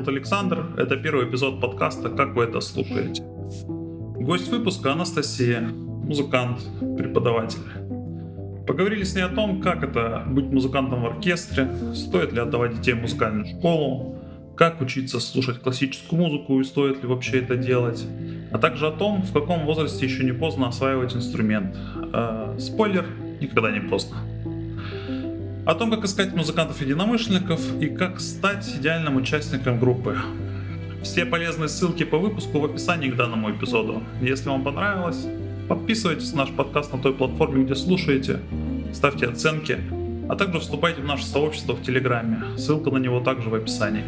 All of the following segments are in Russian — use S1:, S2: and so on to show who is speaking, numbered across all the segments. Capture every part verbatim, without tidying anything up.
S1: зовут Александр. Это первый эпизод подкаста «Как вы это слушаете?». Гость выпуска Анастасия, музыкант, преподаватель. Поговорили с ней о том, как это быть музыкантом в оркестре, стоит ли отдавать детей в музыкальную школу, как учиться слушать классическую музыку и стоит ли вообще это делать, а также о том, в каком возрасте еще не поздно осваивать инструмент. Э, спойлер, никогда не поздно. О том, как искать музыкантов-единомышленников и как стать идеальным участником группы. Все полезные ссылки по выпуску в описании к данному эпизоду. Если вам понравилось, подписывайтесь на наш подкаст на той платформе, где слушаете, ставьте оценки, а также вступайте в наше сообщество в Телеграме. Ссылка на него также в описании.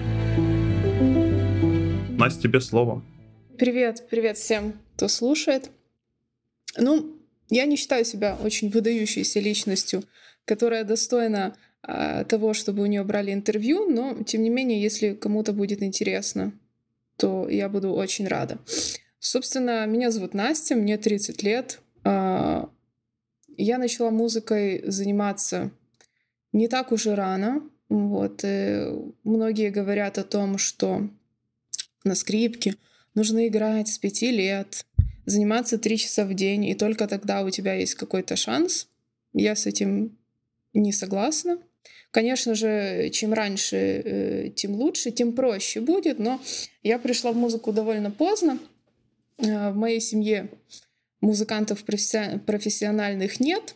S1: Настя, тебе слово.
S2: Привет, привет всем, кто слушает. Ну, я не считаю себя очень выдающейся личностью, которая достойна э, того, чтобы у нее брали интервью, но, тем не менее, если кому-то будет интересно, то я буду очень рада. Собственно, меня зовут Настя, мне тридцать лет. Э, я начала музыкой заниматься не так уж и рано. Вот, и многие говорят о том, что на скрипке нужно играть с пяти лет, заниматься три часа в день, и только тогда у тебя есть какой-то шанс. Я с этим не согласна. Конечно же, чем раньше, тем лучше, тем проще будет, но я пришла в музыку довольно поздно. В моей семье музыкантов профессиональных нет.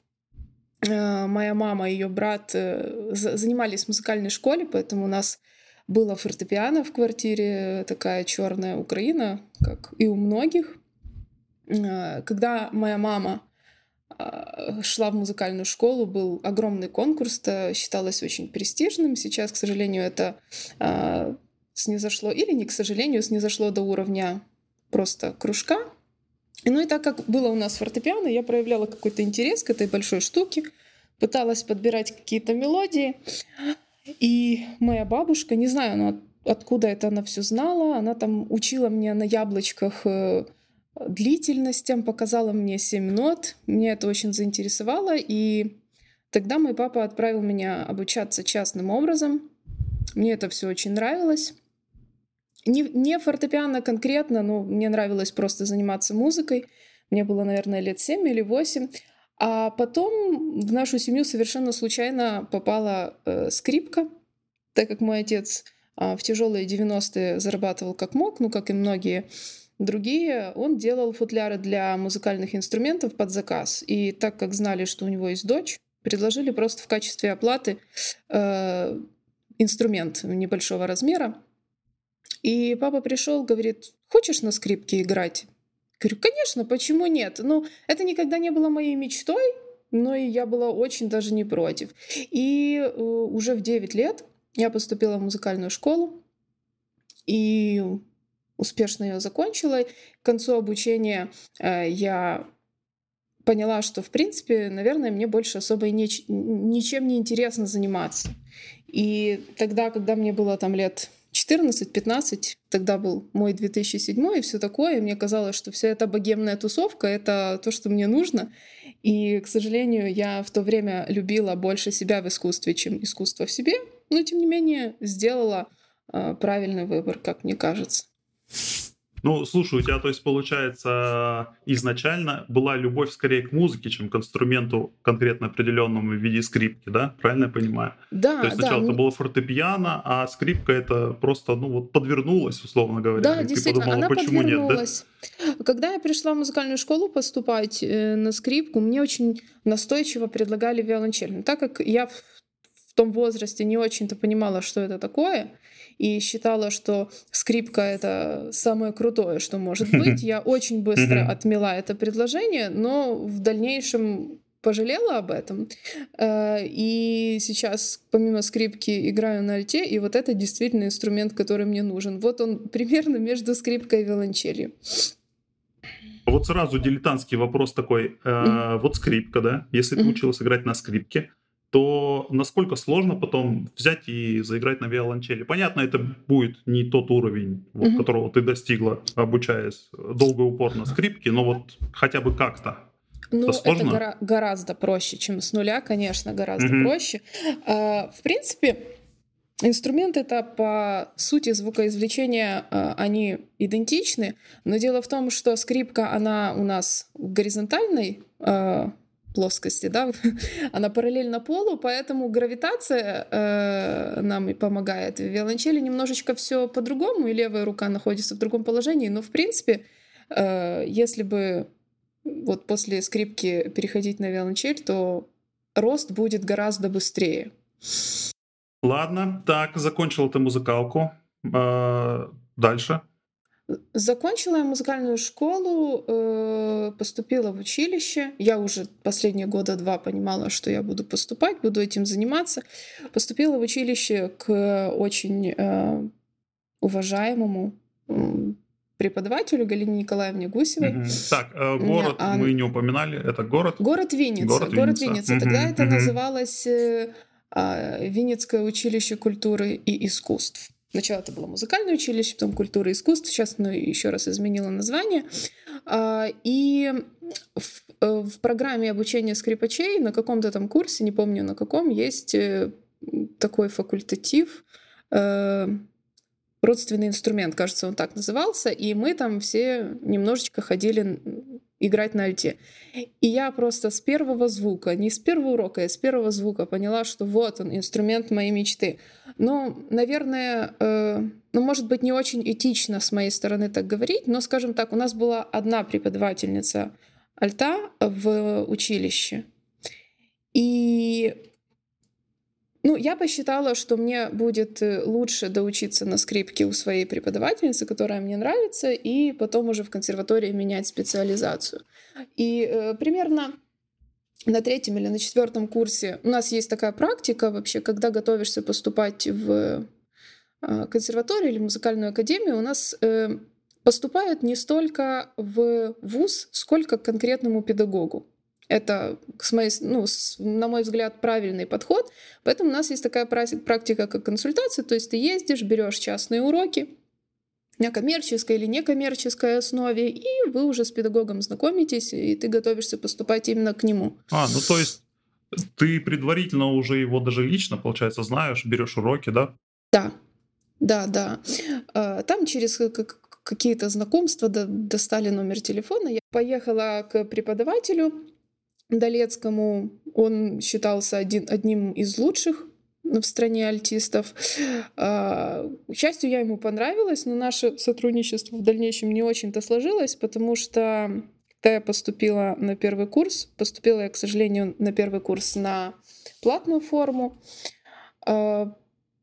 S2: Моя мама и ее брат занимались в музыкальной школе, поэтому у нас было фортепиано в квартире, такая черная Украина, как и у многих. Когда моя мама шла в музыкальную школу, был огромный конкурс, это считалось очень престижным. Сейчас, к сожалению, это э, снизошло, или не к сожалению, снизошло до уровня просто кружка. Ну и так как было у нас фортепиано, я проявляла какой-то интерес к этой большой штуке, пыталась подбирать какие-то мелодии. И моя бабушка, не знаю, она, откуда это она все знала, она там учила меня на яблочках э, длительностям, показала мне семь нот. Мне это очень заинтересовало, и тогда мой папа отправил меня обучаться частным образом. Мне это все очень нравилось. Не, не фортепиано конкретно, но мне нравилось просто заниматься музыкой. Мне было, наверное, лет семь или восемь. А потом в нашу семью совершенно случайно попала э, скрипка, так как мой отец э, в тяжелые девяностые зарабатывал как мог, ну, как и многие другие, он делал футляры для музыкальных инструментов под заказ. И так как знали, что у него есть дочь, предложили просто в качестве оплаты э, инструмент небольшого размера. И папа пришел, говорит: хочешь на скрипке играть? Говорю: конечно, почему нет? Ну, это никогда не было моей мечтой, но и я была очень даже не против. И э, уже в девять лет я поступила в музыкальную школу и успешно ее закончила. К концу обучения э, я поняла, что, в принципе, наверное, мне больше особо и неч- ничем не интересно заниматься. И тогда, когда мне было там лет четырнадцать-пятнадцать, тогда был мой две тысячи седьмой и все такое, и мне казалось, что вся эта богемная тусовка — это то, что мне нужно. И, к сожалению, я в то время любила больше себя в искусстве, чем искусство в себе, но, тем не менее, сделала э, правильный выбор, как мне кажется.
S1: Ну, слушай, у тебя, то есть, получается, изначально была любовь скорее к музыке, чем к инструменту конкретно определенному в виде скрипки, да? Правильно я понимаю?
S2: Да,
S1: То есть
S2: да.
S1: сначала это было фортепиано, а скрипка это просто, ну, вот подвернулась, условно говоря.
S2: Да,
S1: И ты
S2: действительно,
S1: подумала,
S2: она
S1: почему нет, да?
S2: подвернулась. Когда я пришла в музыкальную школу поступать э, на скрипку, мне очень настойчиво предлагали виолончель. Но так как я в, в том возрасте не очень-то понимала, что это такое, и считала, что скрипка — это самое крутое, что может быть, я очень быстро отмела это предложение, но в дальнейшем пожалела об этом. Э, И сейчас, помимо скрипки, играю на альте, и вот это действительно инструмент, который мне нужен. Вот он примерно между скрипкой и виолончелью.
S1: Вот сразу дилетантский вопрос такой.
S2: Мгм.
S1: Э, Вот скрипка, да? Если ты
S2: Мгм.
S1: училась играть на скрипке, то насколько сложно потом взять и заиграть на виолончели? Понятно, это будет не тот уровень, вот,
S2: Мгм.
S1: которого ты достигла, обучаясь долго и упорно на скрипке, но вот хотя бы как-то. Это
S2: Ну, это
S1: сложно?
S2: гора- гораздо проще, чем с нуля, конечно, гораздо
S1: Мгм.
S2: проще. А, В принципе, Инструменты-то по сути звукоизвлечения, э, они идентичны, но дело в том, что скрипка, она у нас в горизонтальной э, плоскости, да, она параллельно полу, поэтому гравитация э, нам и помогает. В виолончели немножечко все по-другому, и левая рука находится в другом положении, но в принципе, э, если бы вот после скрипки переходить на виолончель, то рост будет гораздо быстрее.
S1: Ладно, так, закончил ты музыкалку. А, Дальше.
S2: Закончила я музыкальную школу, э, поступила в училище. Я уже последние года два понимала, что я буду поступать, буду этим заниматься. Поступила в училище к очень э, уважаемому м, преподавателю Галине Николаевне Гусевой.
S1: Мгм. Так, э,
S2: Не,
S1: город
S2: а
S1: мы не упоминали. Это город?
S2: Город Винница.
S1: Город
S2: Город
S1: Винница.
S2: Винница. Тогда
S1: Мгм,
S2: это
S1: мгм.
S2: называлось э, а, Винницкое училище культуры и искусств. Сначала это было музыкальное училище, потом культура и искусств. Сейчас оно еще раз изменило название. А, И в, э, в программе обучения скрипачей на каком-то там курсе, не помню на каком, есть э, такой факультатив, э, родственный инструмент, кажется, он так назывался, и мы там все немножечко ходили н- играть на альте. И я просто с первого звука, не с первого урока, а с первого звука поняла, что вот он, инструмент моей мечты. Но, наверное, э, ну, может быть, не очень этично с моей стороны так говорить, но, скажем так, у нас была одна преподавательница альта в училище. И ну, я посчитала, что мне будет э, лучше доучиться на скрипке у своей преподавательницы, которая мне нравится, и потом уже в консерватории менять специализацию. И э, примерно на третьем или на четвертом курсе у нас есть такая практика вообще, когда готовишься поступать в э, консерваторию или в музыкальную академию, у нас э, поступают не столько в вуз, сколько к конкретному педагогу. Это, с моей, ну, с- на мой взгляд, правильный подход. Поэтому у нас есть такая праси- практика, как консультация. То есть ты ездишь, берешь частные уроки на коммерческой или некоммерческой основе, и вы уже с педагогом знакомитесь, и ты готовишься поступать именно к нему.
S1: А, ну то есть ты предварительно уже его даже лично, получается, знаешь, берешь уроки, да?
S2: Да, да, да. А, Там через к- к- какие-то знакомства до- достали номер телефона. Я поехала к преподавателю Долецкому. Он считался один, одним из лучших в стране альтистов. А, К счастью, я ему понравилась, но наше сотрудничество в дальнейшем не очень-то сложилось, потому что когда я поступила на первый курс, поступила я, к сожалению, на первый курс на платную форму, а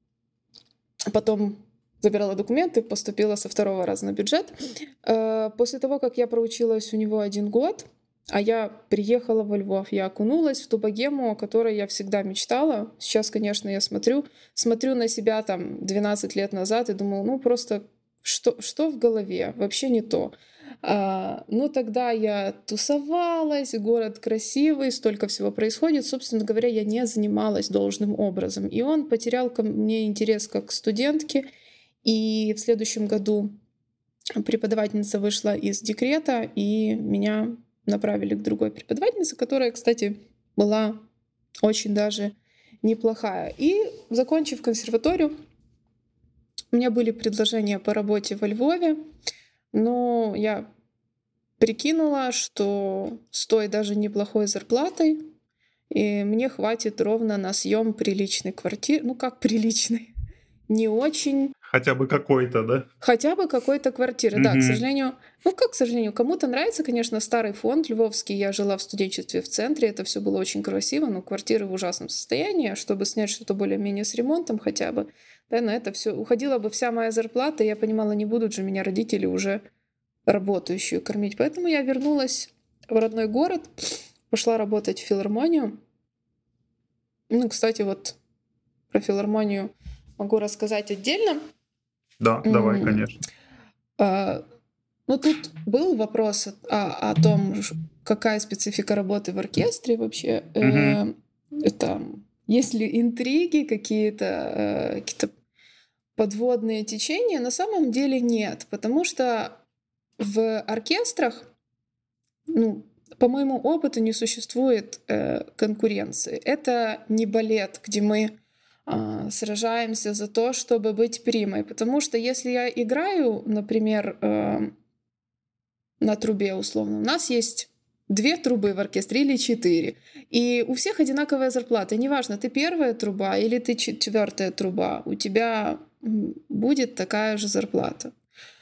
S2: потом забирала документы, поступила со второго раза на бюджет. Э, После того, как я проучилась у него один год, а я приехала во Львов, я окунулась в ту богему, о которой я всегда мечтала. Сейчас, конечно, я смотрю, смотрю на себя там двенадцать лет назад и думаю, ну просто что, что в голове? Вообще не то. А, ну, тогда я тусовалась, город красивый, столько всего происходит. Собственно говоря, я не занималась должным образом. И он потерял ко мне интерес как к студентке. И в следующем году преподавательница вышла из декрета, и меня направили к другой преподавательнице, которая, кстати, была очень даже неплохая. И, закончив консерваторию, у меня были предложения по работе во Львове, но я прикинула, что с той даже неплохой зарплатой, и мне хватит ровно на съем приличной квартиры. Ну как приличной? Не очень.
S1: Хотя бы какой-то, да?
S2: Хотя бы какой-то квартиры. Да, к
S1: Мгм.
S2: сожалению, ну как к сожалению, кому-то нравится, конечно, старый фонд львовский. Я жила в студенчестве в центре, это все было очень красиво, но квартиры в ужасном состоянии. А чтобы снять что-то более-менее с ремонтом хотя бы, да, на это все уходила бы вся моя зарплата, и я понимала, не будут же меня родители уже работающую кормить. Поэтому я вернулась в родной город, пошла работать в филармонию. Ну, кстати, вот про филармонию могу рассказать отдельно.
S1: Да, давай,
S2: М,
S1: конечно.
S2: а, Ну, тут был вопрос о, о- о том, ж- какая специфика работы в оркестре вообще.
S1: Мгм.
S2: Э, это, есть ли интриги, какие-то э, какие-то подводные течения? На самом деле нет, потому что в оркестрах, ну, по моему опыту, не существует э, конкуренции. Это не балет, где мы а, сражаемся за то, чтобы быть примой. Потому что если я играю, например, э, на трубе условно, у нас есть две трубы в оркестре или четыре, и у всех одинаковая зарплата. Неважно, ты первая труба или ты четвертая труба, у тебя м, будет такая же зарплата.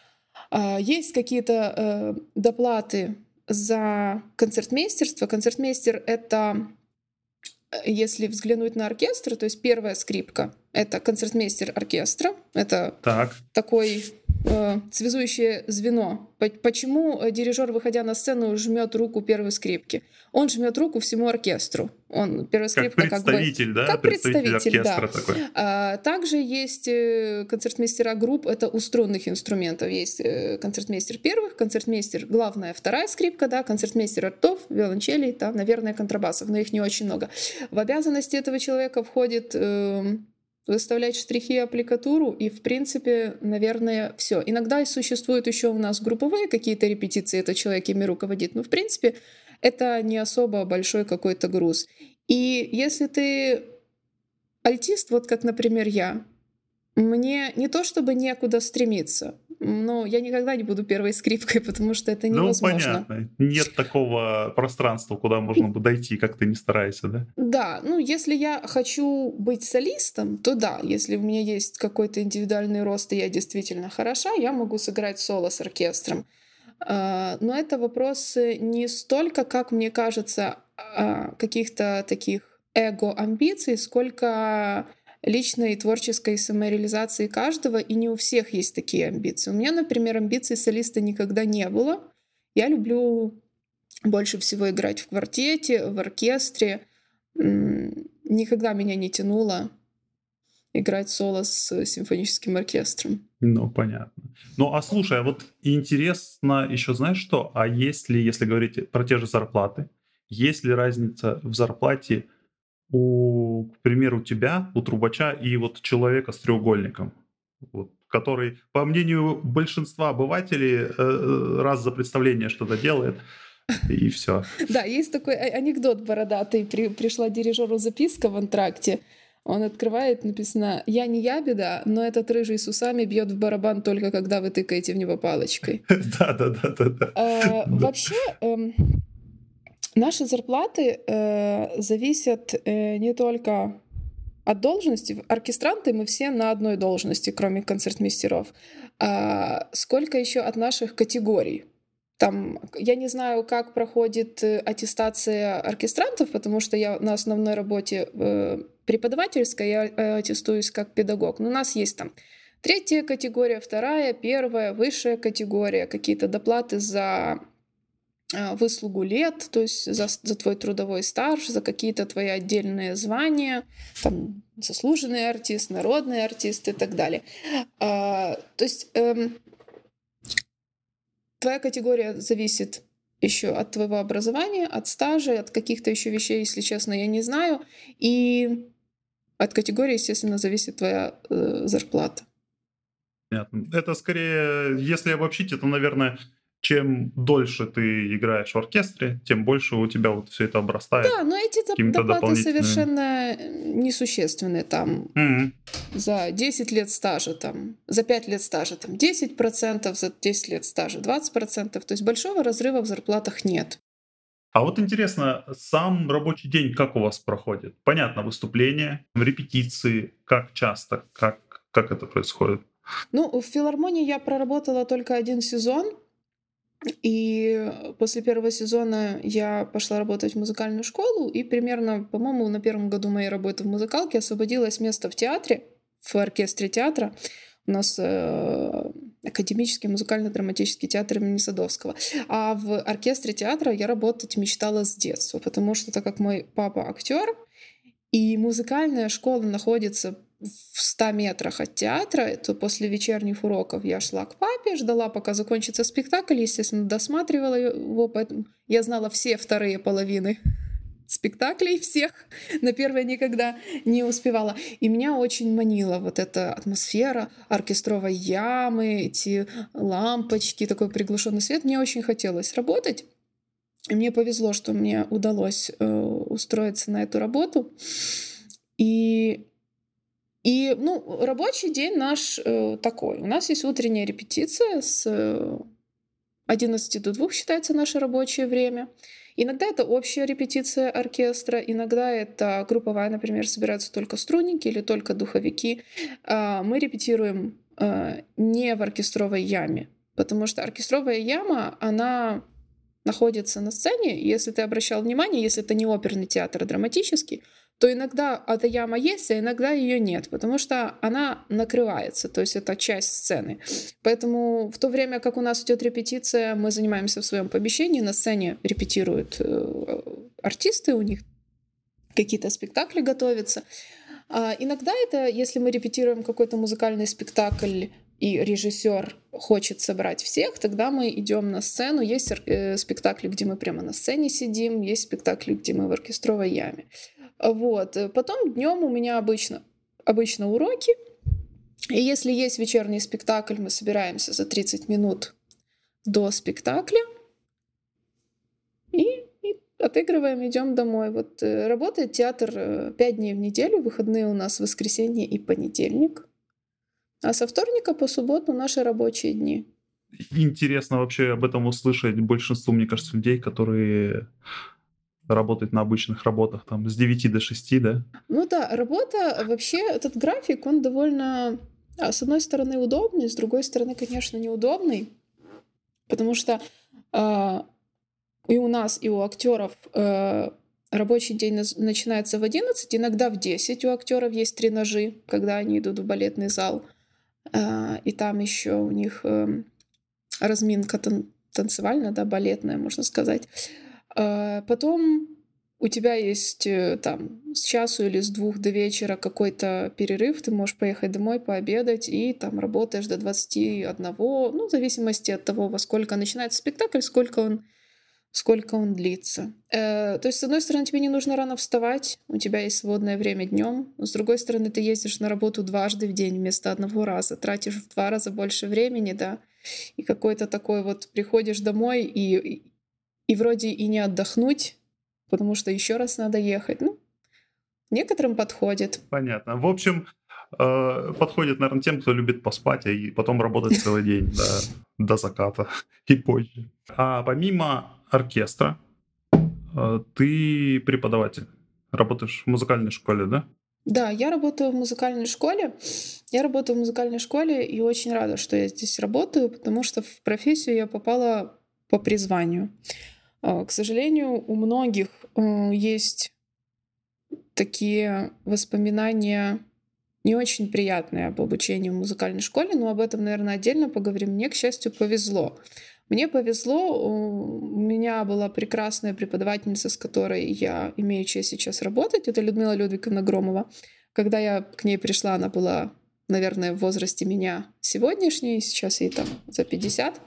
S2: А, Есть какие-то э, доплаты за концертмейстерство. Концертмейстер — это, э, если взглянуть на оркестр, то есть первая скрипка — это концертмейстер оркестра, это
S1: Так,
S2: такой э, связующее звено. По- Почему э, дирижер, выходя на сцену, жмет руку первой скрипки? Он жмет руку всему оркестру. Он, первая
S1: как
S2: скрипка как бы
S1: представитель, да,
S2: как
S1: представитель
S2: представитель, да.
S1: оркестра такой.
S2: А, Также есть э, концертмейстера групп, это у струнных инструментов. Есть э, концертмейстер первых, концертмейстер главная, вторая скрипка, да, концертмейстер альтов, виолончелей, там, наверное, контрабасов, но их не очень много. В обязанности этого человека входит э, выставлять штрихи и аппликатуру, и, в принципе, наверное, все. Иногда и существуют еще у нас групповые какие-то репетиции, это человек ими руководит, но, в принципе, это не особо большой какой-то груз. И если ты альтист, вот как, например, я, мне не то чтобы некуда стремиться, но я никогда не буду первой скрипкой, потому что это
S1: Ну,
S2: невозможно.
S1: понятно. Нет такого пространства, куда можно бы дойти, как ты не старайся, да?
S2: Да, ну если я хочу быть солистом, то да, если у меня есть какой-то индивидуальный рост, и я действительно хороша, я могу сыграть соло с оркестром. А, Но это вопрос э, не столько, как мне кажется, а, каких-то таких эго-амбиций, сколько личной и творческой самореализации каждого, и не у всех есть такие амбиции. У меня, например, амбиций солиста никогда не было. Я люблю больше всего играть в квартете, в оркестре. М, Никогда меня не тянуло играть соло с симфоническим оркестром.
S1: Ну, понятно. Ну, а слушай, а вот интересно еще знаешь что? А есть ли, если говорить про те же зарплаты, есть ли разница в зарплате у, к примеру, тебя, у трубача и вот человека с треугольником? Вот, который, по мнению большинства обывателей, э, э, раз за представление что-то делает, и все.
S2: Да, есть такой а- анекдот бородатый. При- пришла дирижеру записка в антракте. Он открывает, написано: «Я не ябеда, но этот рыжий с усами бьет в барабан только когда вы тыкаете в него палочкой».
S1: Да-да-да-да-да.
S2: А,
S1: Да.
S2: Вообще, эм, наши зарплаты э, зависят э, не только от должности. Оркестранты мы все на одной должности, кроме концертмейстеров. А сколько еще от наших категорий? Там, я не знаю, как проходит э, аттестация оркестрантов, потому что я на основной работе э, преподавательской, я э, аттестуюсь как педагог. Но у нас есть там третья категория, вторая, первая, высшая категория, какие-то доплаты за э, выслугу лет, то есть за, за твой трудовой стаж, за какие-то твои отдельные звания, там, заслуженный артист, народный артист и так далее. А, то есть эм, твоя категория зависит еще от твоего образования, от стажа, от каких-то еще вещей, если честно, я не знаю. И от категории, естественно, зависит твоя э, зарплата.
S1: Понятно. Это скорее, если обобщить, это, наверное, чем дольше ты играешь в оркестре, тем больше у тебя вот все это обрастает
S2: Да, но эти доп-
S1: какими-то
S2: доплаты
S1: дополнительными.
S2: совершенно э, несущественные. Там
S1: Мгм.
S2: за десять лет стажа, там, за пять лет стажа там, десять процентов, за десять лет стажа двадцать процентов. То есть большого разрыва в зарплатах нет.
S1: А вот интересно, сам рабочий день как у вас проходит? Понятно, выступления, репетиции, как часто, как, как это происходит?
S2: Ну, в филармонии я проработала только один сезон, и после первого сезона я пошла работать в музыкальную школу, и примерно, по-моему, на первом году моей работы в музыкалке освободилось место в театре, в оркестре театра. У нас э, академический музыкально-драматический театр имени Садовского. А в оркестре театра я работать мечтала с детства, потому что, так как мой папа актер, и музыкальная школа находится в ста метрах от театра, то после вечерних уроков я шла к папе, ждала, пока закончится спектакль, естественно, досматривала его, поэтому я знала все вторые половины спектаклей всех, на первое никогда не успевала. И меня очень манила вот эта атмосфера оркестровой ямы, эти лампочки, такой приглушенный свет. Мне очень хотелось работать. И мне повезло, что мне удалось э, устроиться на эту работу. И И, ну, рабочий день наш э, такой. У нас есть утренняя репетиция с э, одиннадцати до двух считается наше рабочее время. Иногда это общая репетиция оркестра, иногда это групповая, например, собираются только струнники или только духовики. А, Мы репетируем э, не в оркестровой яме, потому что оркестровая яма, она находится на сцене. И если ты обращал внимание, если это не оперный театр, а драматический, то иногда эта яма есть, а иногда ее нет, потому что она накрывается, то есть это часть сцены. Поэтому в то время, как у нас идет репетиция, мы занимаемся в своем помещении, на сцене репетируют э, артисты, у них какие-то спектакли готовятся. А иногда это, если мы репетируем какой-то музыкальный спектакль, и режиссер хочет собрать всех, тогда мы идем на сцену. Есть э, спектакли, где мы прямо на сцене сидим, есть спектакли, где мы в оркестровой яме. Вот. Потом днем у меня обычно, обычно уроки. И если есть вечерний спектакль, мы собираемся за тридцать минут до спектакля и, и отыгрываем, идем домой. Вот э, работает театр э, пять дней в неделю, выходные у нас воскресенье и понедельник. А со вторника по субботу наши рабочие дни.
S1: Интересно вообще об этом услышать большинству, мне кажется, людей, которые работают на обычных работах, там, с девяти до шести, да?
S2: Ну да, работа, вообще этот график, он довольно, а, с одной стороны, удобный, с другой стороны, конечно, неудобный, потому что а, и у нас, и у актеров э, рабочий день наз- начинается в одиннадцать, иногда в десять. У актеров есть тренажи, когда они идут в балетный зал. А, и там еще у них эм, разминка тан- танцевальная, да, балетная, можно сказать. А, Потом у тебя есть э, там с часу или с двух до вечера какой-то перерыв, ты можешь поехать домой, пообедать, и там работаешь до двадцати одного, ну, в зависимости от того, во сколько начинается спектакль, сколько он сколько он длится. Э, то есть, с одной стороны, тебе не нужно рано вставать, у тебя есть свободное время днем, с другой стороны, ты ездишь на работу дважды в день вместо одного раза, тратишь в два раза больше времени, да, и какой-то такой вот приходишь домой и, и, и вроде и не отдохнуть, потому что еще раз надо ехать. Ну, некоторым подходит.
S1: Понятно. В общем, э, подходит, наверное, тем, кто любит поспать, а и потом работать целый день до, до заката и позже. А помимо оркестра, э, ты преподаватель. Работаешь в музыкальной школе, да?
S2: Да, я работаю в музыкальной школе. Я работаю в музыкальной школе и очень рада, что я здесь работаю, потому что в профессию я попала по призванию. А, К сожалению, у многих э, есть такие воспоминания не очень приятные об обучении в музыкальной школе, но об этом, наверное, отдельно поговорим. Мне, к счастью, повезло. Мне повезло, у меня была прекрасная преподавательница, с которой я имею честь сейчас работать. Это Людмила Людвиговна Громова. Когда я к ней пришла, она была, наверное, в возрасте меня сегодняшней, сейчас ей там за пятьдесят.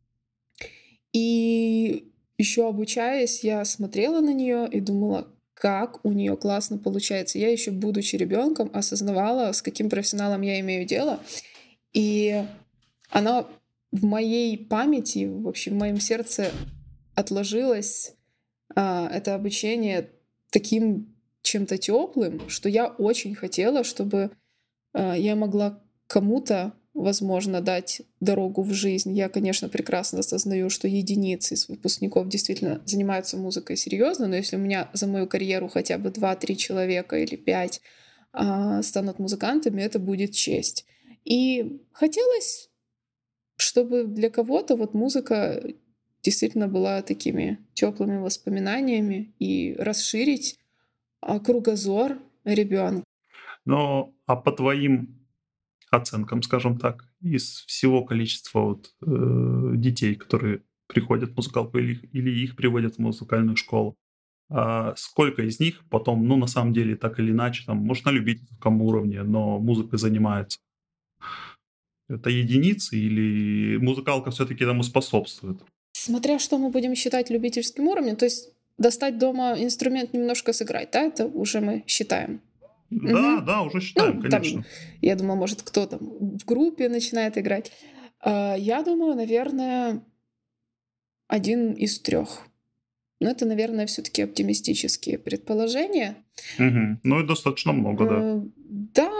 S2: И еще обучаясь, я смотрела на нее и думала, как у нее классно получается. Я еще, будучи ребенком, осознавала, с каким профессионалом я имею дело. И она в моей памяти, вообще в моем сердце отложилось а, это обучение таким чем-то теплым, что я очень хотела, чтобы а, я могла кому-то, возможно, дать дорогу в жизнь. Я, конечно, прекрасно осознаю, что единицы из выпускников действительно занимаются музыкой серьезно, но если у меня за мою карьеру хотя бы два-три человека или пять а, станут музыкантами, это будет честь. И хотелось, чтобы для кого-то вот музыка действительно была такими теплыми воспоминаниями и расширить а, кругозор ребенка.
S1: Но, а по твоим оценкам, скажем так, из всего количества вот, э, детей, которые приходят в музыкалку или, или их приводят в музыкальную школу, а сколько из них потом, ну, на самом деле, так или иначе, там, может, на любительском уровне, но музыкой занимаются? Это единицы или музыкалка все-таки этому способствует?
S2: Смотря что мы будем считать любительским уровнем, то есть достать дома инструмент, немножко сыграть, да, это уже мы считаем.
S1: Да,
S2: Мгм.
S1: да, уже считаем,
S2: Ну, там,
S1: конечно.
S2: я думаю, может, кто там в группе начинает играть. А, Я думаю, наверное, один из трех. Но это, наверное, все-таки оптимистические предположения.
S1: Мгм. Ну и достаточно много, да.
S2: Э, Да,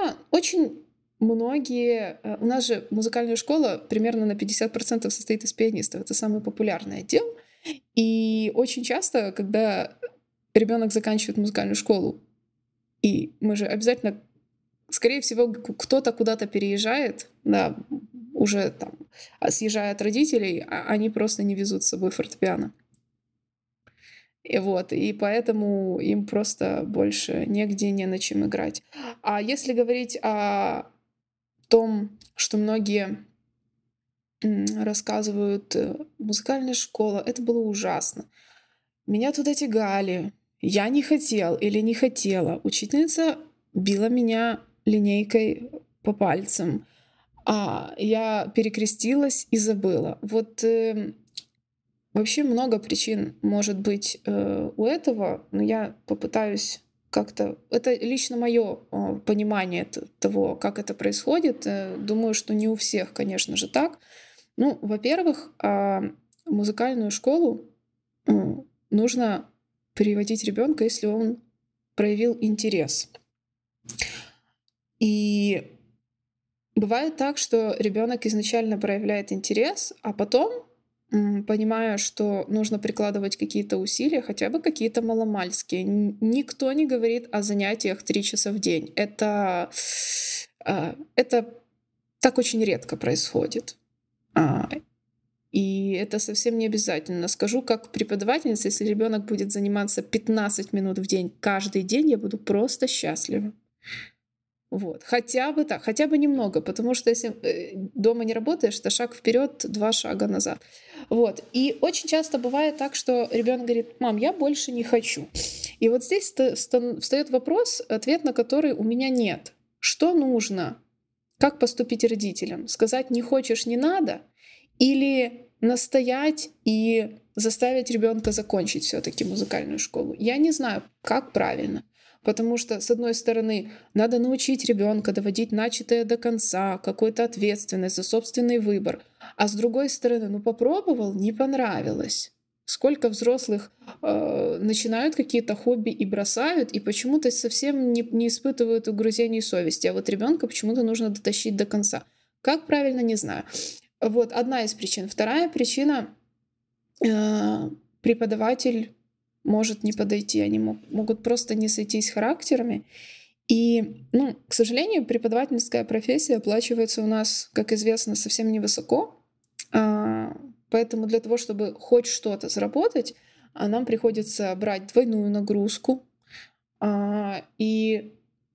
S2: Да, очень многие... э, У нас же музыкальная школа примерно на пятьдесят процентов состоит из пианистов. Это самый популярный отдел. И очень часто, когда ребенок заканчивает музыкальную школу, и мы же обязательно, скорее всего, к- кто-то куда-то переезжает, да, уже там а, съезжая от родителей, а они просто не везут с собой фортепиано. И вот, и поэтому им просто больше негде, не на чем играть. А если говорить о том, что многие м, рассказывают, э, музыкальная школа, это было ужасно. Меня туда тягали, я не хотел или не хотела. Учительница била меня линейкой по пальцам, а я перекрестилась и забыла. Вот эм, вообще много причин может быть э, у этого, но я попытаюсь как-то... Это лично мое понимание т- того, как это происходит. Э, Думаю, что не у всех, конечно же, так. Ну, во-первых, а, музыкальную школу м, нужно переводить ребенка, если он проявил интерес. И бывает так, что ребенок изначально проявляет интерес, а потом, м, понимая, что нужно прикладывать какие-то усилия, хотя бы какие-то маломальские. Н- Никто не говорит о занятиях три часа в день. Это, а, это так очень редко происходит. А, И это совсем не обязательно. Скажу как преподавательница, если ребенок будет заниматься пятнадцать минут в день каждый день, я буду просто счастлива. Вот. Хотя бы так, хотя бы немного, потому что если э, дома не работаешь, это шаг вперед, два шага назад. Вот. И очень часто бывает так, что ребенок говорит: мам, я больше не хочу. И вот здесь ста- стан- встает вопрос, ответ на который у меня нет. Что нужно? Как поступить родителям? Сказать: не хочешь, не надо? Или настоять и заставить ребенка закончить все-таки музыкальную школу? Я не знаю, как правильно. Потому что, с одной стороны, надо научить ребенка доводить начатое до конца, какую-то ответственность за собственный выбор. А с другой стороны, ну попробовал, не понравилось. Сколько взрослых э, начинают какие-то хобби и бросают, и почему-то совсем не, не испытывают угрызений совести. А вот ребенка почему-то нужно дотащить до конца. Как правильно, не знаю. Вот одна из причин. Вторая причина, э, преподаватель может не подойти, они мо- могут просто не сойтись характерами. И, ну, к сожалению, преподавательская профессия оплачивается у нас, как известно, совсем невысоко. А, Поэтому для того, чтобы хоть что-то заработать, а, нам приходится брать двойную нагрузку. А, И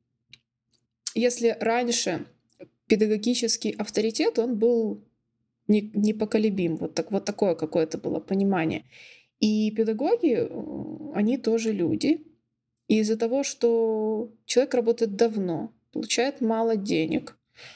S2: если раньше педагогический авторитет, он был не- непоколебим. Вот, так, вот такое какое-то было понимание. И педагоги, э, они тоже люди. И из-за того, что человек работает давно, получает мало денег,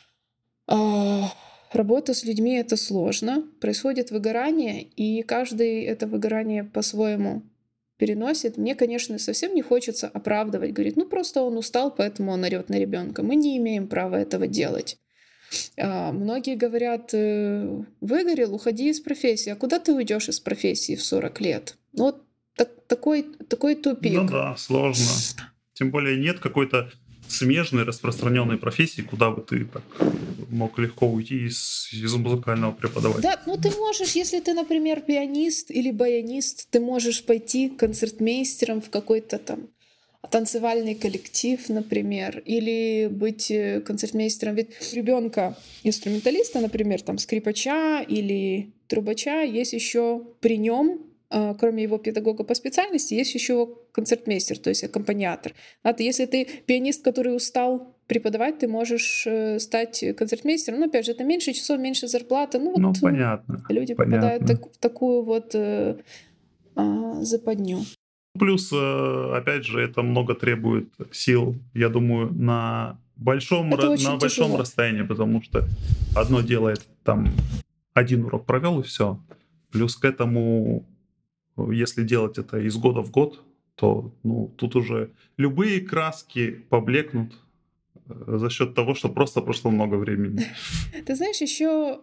S2: а, работа с людьми — это сложно, происходит выгорание, и каждый это выгорание по-своему переносит. Мне, конечно, совсем не хочется оправдывать, говорить: ну просто он устал, поэтому он орет на ребенка. Мы не имеем права этого делать. А, Многие говорят: э, выгорел, уходи из профессии. А куда ты уйдешь из профессии в сорок лет? Ну, вот так- такой, такой
S1: Ну
S2: тупик.
S1: да, сложно. Тем более нет какой-то смежной распространенной профессии, куда бы ты так мог легко уйти из, из музыкального преподавателя.
S2: Да, ну ты можешь, если ты, например, пианист или баянист, ты можешь пойти концертмейстером в какой-то там танцевальный коллектив, например, или быть э, концертмейстером. Ведь ребенка инструменталиста, например, там скрипача или трубача, есть еще при нем, кроме его педагога по специальности, есть еще концертмейстер, то есть аккомпаниатор. А ты, если ты пианист, который устал преподавать, ты можешь э, стать концертмейстером. Но опять же, это меньше часов, меньше зарплаты. Ну
S1: Ну,
S2: вот э,
S1: понятно,
S2: люди попадают
S1: понятно.
S2: так- в такую вот э, а, западню.
S1: Плюс, э, опять же, это много требует сил, я думаю, на большом,
S2: Это
S1: ра- на
S2: очень
S1: большом
S2: тяжело.
S1: расстоянии, потому что одно дело — это там один урок провел и все. Плюс к этому, э, если делать это из года в год, то ну, тут уже любые краски поблекнут э, за счет того, что просто прошло много времени.
S2: Ты знаешь, еще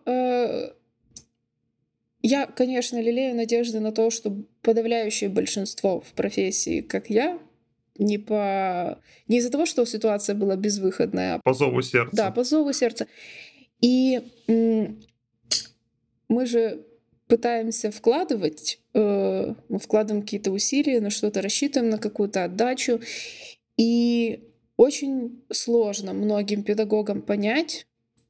S2: я, конечно, лелею надежды на то, что подавляющее большинство в профессии, как я, не по не из-за того, что ситуация была безвыходная, а
S1: По зову сердца.
S2: да, по зову сердца. И м, мы же пытаемся вкладывать, э, мы вкладываем какие-то усилия, на что-то рассчитываем, на какую-то отдачу. И очень сложно многим педагогам понять,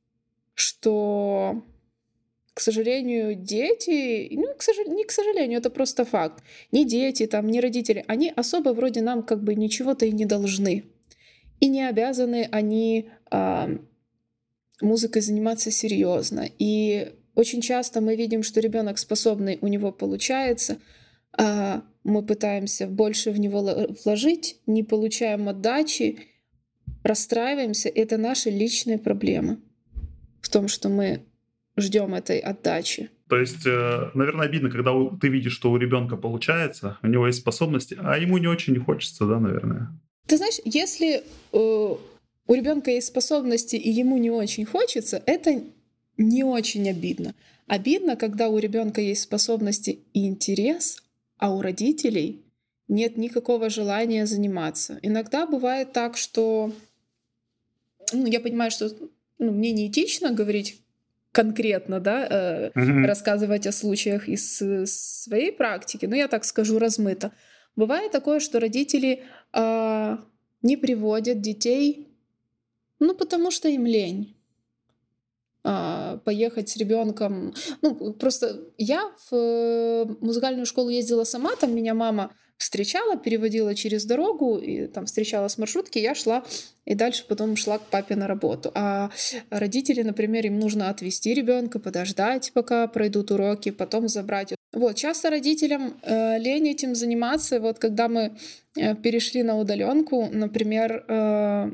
S2: что, к сожалению, дети, ну, к сожал- не к сожалению, это просто факт, ни дети, там, ни родители, они особо вроде нам как бы ничего-то и не должны. И не обязаны они а, музыкой заниматься серьезно. И очень часто мы видим, что ребенок способный, у него получается, а мы пытаемся больше в него ло- вложить, не получаем отдачи, расстраиваемся. Это наши личные проблемы в том, что мы ждем этой отдачи.
S1: То есть, э, наверное, обидно, когда у- ты видишь, что у ребенка получается, у него есть способности, а ему не очень хочется, да, наверное.
S2: Ты знаешь, если э, у ребенка есть способности и ему не очень хочется, это не очень обидно. Обидно, когда у ребенка есть способности и интерес, а у родителей нет никакого желания заниматься. Иногда бывает так, что ну, я понимаю, что ну, мне неэтично говорить конкретно, да, э,
S1: Мгм.
S2: рассказывать о случаях из э, своей практики, но я так скажу размыто. Бывает такое, что родители а, не приводят детей, ну, потому что им лень а, поехать с ребенком. Ну, просто я в э, музыкальную школу ездила сама, там меня мама встречала, переводила через дорогу, и там встречала с маршрутки, я шла и дальше потом шла к папе на работу. А родители, например, им нужно отвезти ребенка, подождать, пока пройдут уроки, потом забрать. Вот, часто родителям э, лень этим заниматься. Вот когда мы э, перешли на удаленку, например, э,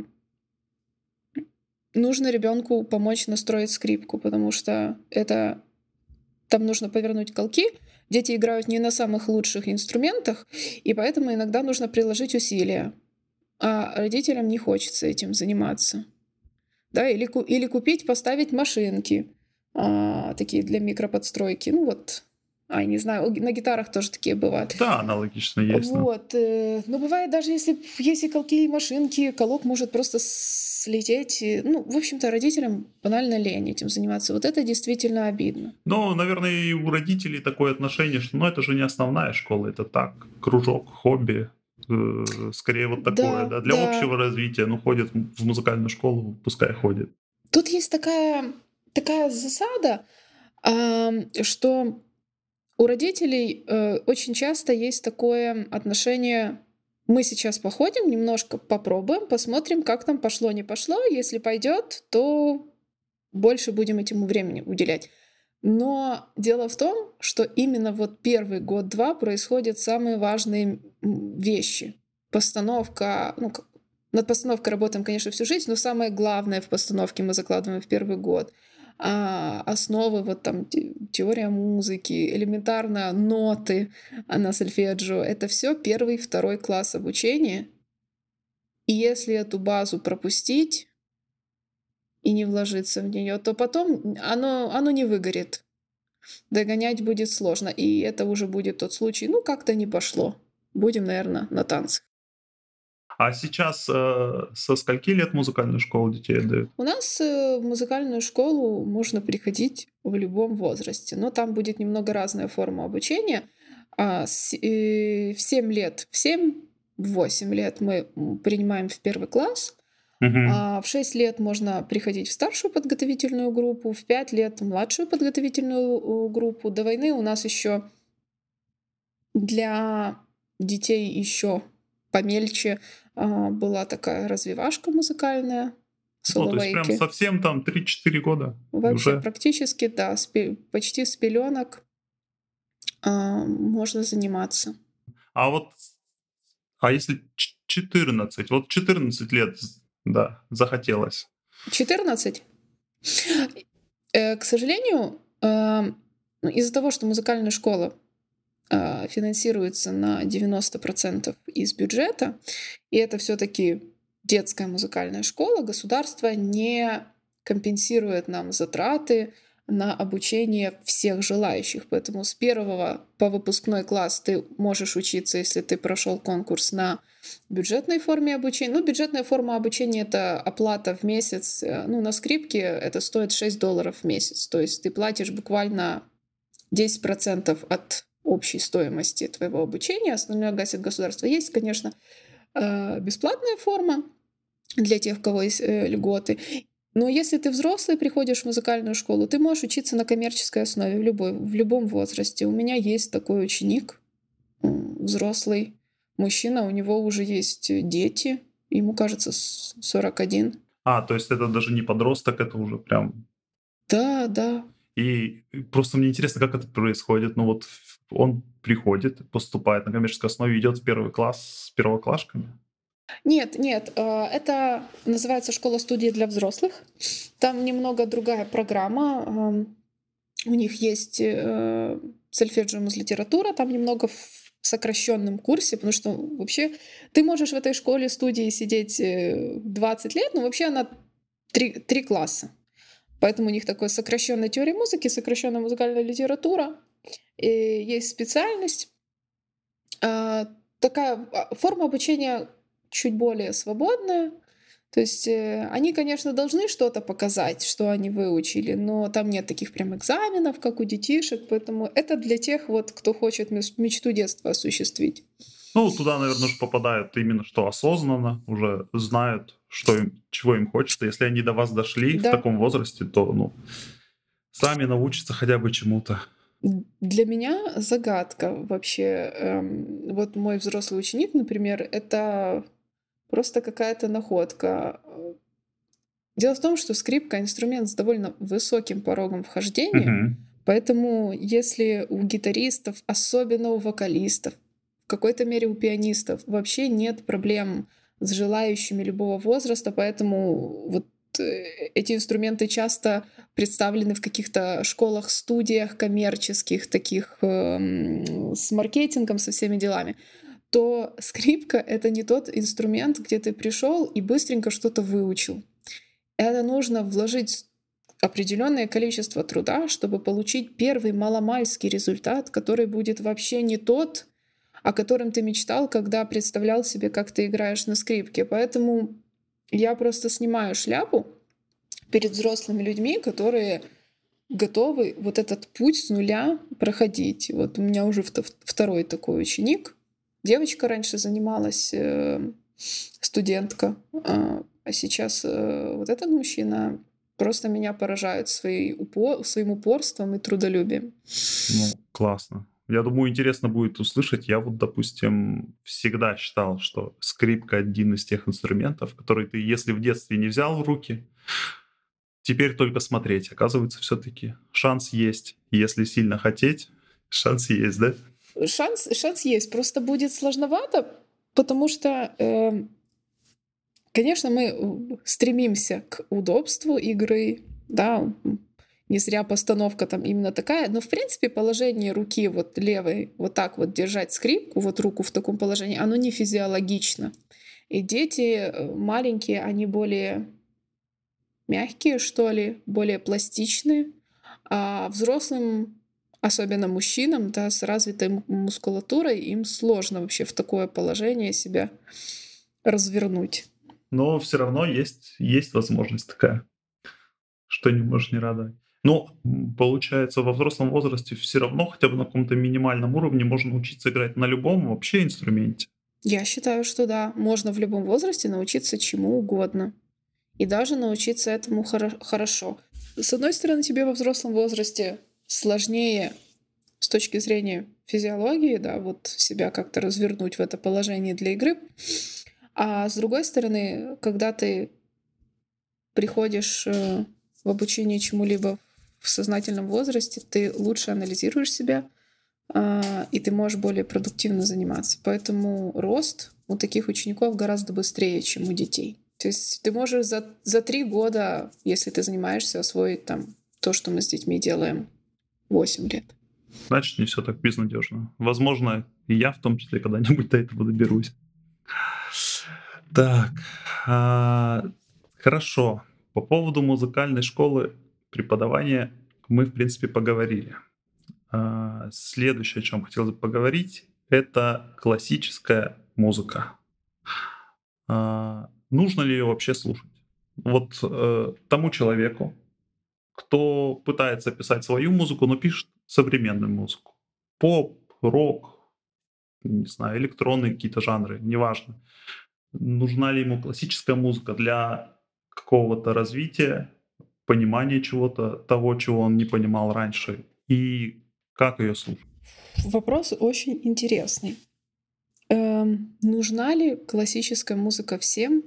S2: нужно ребенку помочь настроить скрипку, потому что это там нужно повернуть колки. Дети играют не на самых лучших инструментах, и поэтому иногда нужно приложить усилия. А родителям не хочется этим заниматься. Да, или, ку- или купить, поставить машинки а, такие для микроподстройки. Ну вот, а, я не знаю, у- на гитарах тоже такие бывают.
S1: Да, аналогично есть. Ну.
S2: Вот. э, Но бывает даже, если есть и колки, и машинки, колок может просто слететь. и, Ну, в общем-то, родителям банально лень этим заниматься. Вот это действительно обидно.
S1: Но, наверное, и у родителей такое отношение, что ну, это же не основная школа, это так, кружок, хобби. Э, Скорее вот такое,
S2: Да,
S1: да, для
S2: да.
S1: общего развития. Ну, ходят в музыкальную школу, пускай ходят.
S2: Тут есть такая, такая засада, ам, что у родителей э, очень часто есть такое отношение: мы сейчас походим, немножко попробуем, посмотрим, как там пошло, не пошло. Если пойдет, то больше будем этому времени уделять. Но дело в том, что именно вот первый год-два происходят самые важные м, вещи. Постановка, ну, как- над постановкой работаем, конечно, всю жизнь, но самое главное в постановке мы закладываем в первый год. А основы, вот там те- теория музыки, элементарно ноты а, на сольфеджио, это все первый, второй класс обучения. И если эту базу пропустить и не вложиться в нее, то потом оно, оно не выгорит. Догонять будет сложно, и это уже будет тот случай, ну, как-то не пошло. Будем, наверное, на танцы.
S1: А сейчас э, со скольки лет музыкальную школу детей отдают?
S2: У нас э, в музыкальную школу можно приходить в любом возрасте, но там будет немного разная форма обучения. А, с- э, В семь лет, в семь-восемь лет мы м, принимаем в первый класс,
S1: Мгм.
S2: а в шесть лет можно приходить в старшую подготовительную группу, в пять лет в младшую подготовительную э, группу. До войны у нас еще для детей еще помельче а, была такая развивашка музыкальная,
S1: Ну, то есть прям
S2: соловейки.
S1: совсем там три-четыре года и
S2: Вообще
S1: уже.
S2: практически, да, с пе- почти с пеленок а, можно заниматься.
S1: А вот, а если ч- четырнадцать, вот четырнадцать лет, з- да, захотелось.
S2: четырнадцать. Э, К сожалению, а, ну, из-за того, что музыкальная школа а, финансируется на девяносто процентов из бюджета, и это все-таки детская музыкальная школа, государство не компенсирует нам затраты на обучение всех желающих. Поэтому с первого по выпускной класс ты можешь учиться, если ты прошел конкурс, на бюджетной форме обучения. Ну, бюджетная форма обучения — это оплата в месяц. Ну, на скрипке это стоит шесть долларов в месяц. То есть ты платишь буквально десять процентов от общей стоимости твоего обучения, остальное гасит государство. Есть, конечно, бесплатная форма для тех, у кого есть льготы. Но если ты взрослый, приходишь в музыкальную школу, ты можешь учиться на коммерческой основе в, любой, в любом возрасте. У меня есть такой ученик, взрослый мужчина, у него уже есть дети, ему, кажется, сорок один.
S1: А, то есть это даже не подросток, это уже прям...
S2: Да, да.
S1: И просто мне интересно, как это происходит. Ну вот он приходит, поступает на коммерческой основе, идет в первый класс с первоклашками?
S2: Нет, нет, это называется школа-студия для взрослых. Там немного другая программа. У них есть сольфеджио муз-литература, там немного в сокращенном курсе, потому что вообще ты можешь в этой школе-студии сидеть двадцать лет, но вообще она три, три класса. Поэтому у них такой сокращенная теория музыки, сокращенная музыкальная литература. И есть специальность. Такая форма обучения чуть более свободная. То есть они, конечно, должны что-то показать, что они выучили, но там нет таких прям экзаменов, как у детишек, поэтому это для тех, вот, кто хочет мечту детства осуществить.
S1: Ну, туда, наверное, же попадают именно что осознанно, уже знают, что им, чего им хочется. Если они до вас дошли
S2: Да.
S1: в таком возрасте, то ну, сами научатся хотя бы чему-то.
S2: Для меня загадка вообще. Эм, вот мой взрослый ученик, например, это просто какая-то находка. Дело в том, что скрипка — инструмент с довольно высоким порогом вхождения,
S1: Мгм.
S2: поэтому если у гитаристов, особенно у вокалистов, в какой-то мере у пианистов, вообще нет проблем с желающими любого возраста, поэтому вот эти инструменты часто представлены в каких-то школах, студиях коммерческих, таких эм, с маркетингом, со всеми делами, то скрипка — это не тот инструмент, где ты пришел и быстренько что-то выучил. Это нужно вложить определенное количество труда, чтобы получить первый маломальский результат, который будет вообще не тот, о котором ты мечтал, когда представлял себе, как ты играешь на скрипке. Поэтому я просто снимаю шляпу перед взрослыми людьми, которые готовы вот этот путь с нуля проходить. Вот у меня уже второй такой ученик. Девочка раньше занималась, студентка, а сейчас вот этот мужчина просто меня поражает своей упор, своим упорством и трудолюбием.
S1: Ну, классно. Я думаю, интересно будет услышать. Я вот, допустим, всегда считал, что скрипка один из тех инструментов, который ты, если в детстве не взял в руки, теперь только смотреть. Оказывается, все-таки шанс есть. Если сильно хотеть, шанс есть, да?
S2: Шанс, шанс есть. Просто будет сложновато, потому что, э, конечно, мы стремимся к удобству игры, да, не зря постановка там именно такая, но в принципе положение руки вот левой вот так вот держать скрипку, вот руку в таком положении, оно не физиологично. И дети маленькие, они более мягкие, что ли, более пластичные, а взрослым, особенно мужчинам, да, с развитой мускулатурой, им сложно вообще в такое положение себя развернуть.
S1: Но все равно есть, есть возможность такая, что не можешь не радовать. Но получается, во взрослом возрасте все равно хотя бы на каком-то минимальном уровне можно учиться играть на любом вообще инструменте.
S2: Я считаю, что да, можно в любом возрасте научиться чему угодно. И даже научиться этому хоро- хорошо. С одной стороны, тебе во взрослом возрасте сложнее с точки зрения физиологии, да, вот себя как-то развернуть в это положение для игры. А с другой стороны, когда ты приходишь э, в обучение чему-либо в сознательном возрасте, ты лучше анализируешь себя, э, и ты можешь более продуктивно заниматься. Поэтому рост у таких учеников гораздо быстрее, чем у детей. То есть ты можешь за, за три года, если ты занимаешься, освоить там то, что мы с детьми делаем восемь лет.
S1: Значит, не все так безнадежно. Возможно, и я в том числе когда-нибудь до этого доберусь. Так, а, хорошо. По поводу музыкальной школы преподавания мы, в принципе, поговорили. А, Следующее, о чем хотелось бы поговорить, это классическая музыка. А, Нужно ли ее вообще слушать? Вот э, тому человеку, кто пытается писать свою музыку, но пишет современную музыку. Поп, рок, не знаю, электронные какие-то жанры, неважно. Нужна ли ему классическая музыка для какого-то развития, понимания чего-то, того, чего он не понимал раньше, и как ее слушать?
S2: Вопрос очень интересный. Эм, нужна ли классическая музыка всем?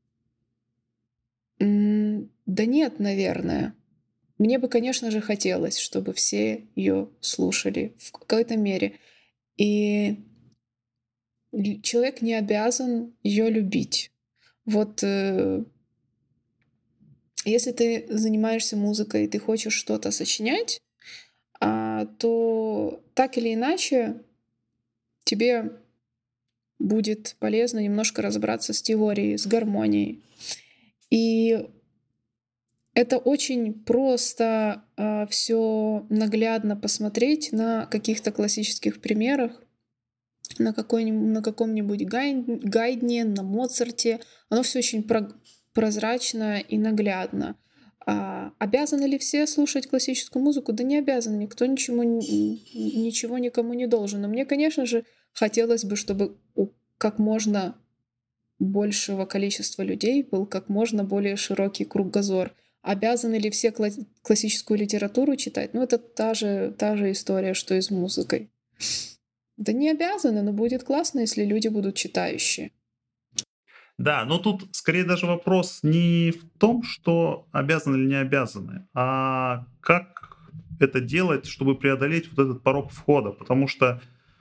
S2: М, Да нет, наверное. Мне бы, конечно же, хотелось, чтобы все ее слушали в какой-то мере. И л- человек не обязан ее любить. Вот э, если ты занимаешься музыкой, и ты хочешь что-то сочинять, а, то так или иначе тебе будет полезно немножко разобраться с теорией, с гармонией. И это очень просто все наглядно посмотреть на каких-то классических примерах, на, какой-нибудь, на каком-нибудь гай- Гайдне, на Моцарте. Оно все очень про- прозрачно и наглядно. А обязаны ли все слушать классическую музыку? Да не обязаны, никто ничему, н- ничего никому не должен. Но мне, конечно же, хотелось бы, чтобы у как можно большего количества людей был как можно более широкий кругозор. Обязаны ли все кла- классическую литературу читать? Ну, это та же, та же история, что и с музыкой. Да не обязаны, но будет классно, если люди будут читающие.
S1: Да, но тут скорее даже вопрос не в том, что обязаны или не обязаны, а как это делать, чтобы преодолеть вот этот порог входа. Потому что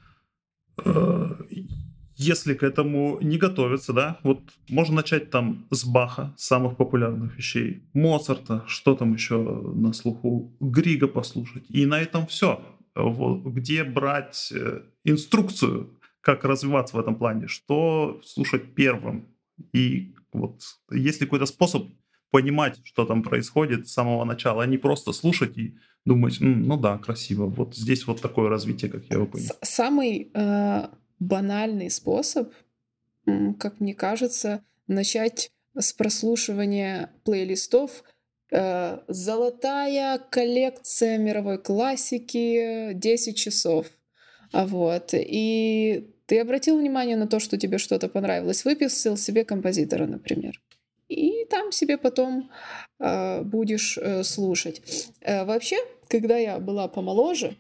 S1: Э, если к этому не готовиться, да, вот можно начать там с Баха, самых популярных вещей, Моцарта, что там еще на слуху, Грига послушать, и на этом все. Вот, где брать э, инструкцию, как развиваться в этом плане, что слушать первым, и вот есть ли какой-то способ понимать, что там происходит с самого начала, а не просто слушать и думать, «М, ну да, красиво, вот здесь вот такое развитие, как я его понял».
S2: С- самый э, банальный способ, м, как мне кажется, начать с прослушивания плейлистов э, «Золотая коллекция мировой классики десять часов». А вот. И ты обратил внимание на то, что тебе что-то понравилось, выписал себе композитора, например. И там себе потом э, будешь э, слушать. Э, вообще, когда я была помоложе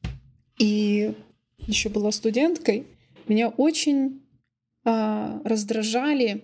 S2: и еще была студенткой, меня очень а, раздражали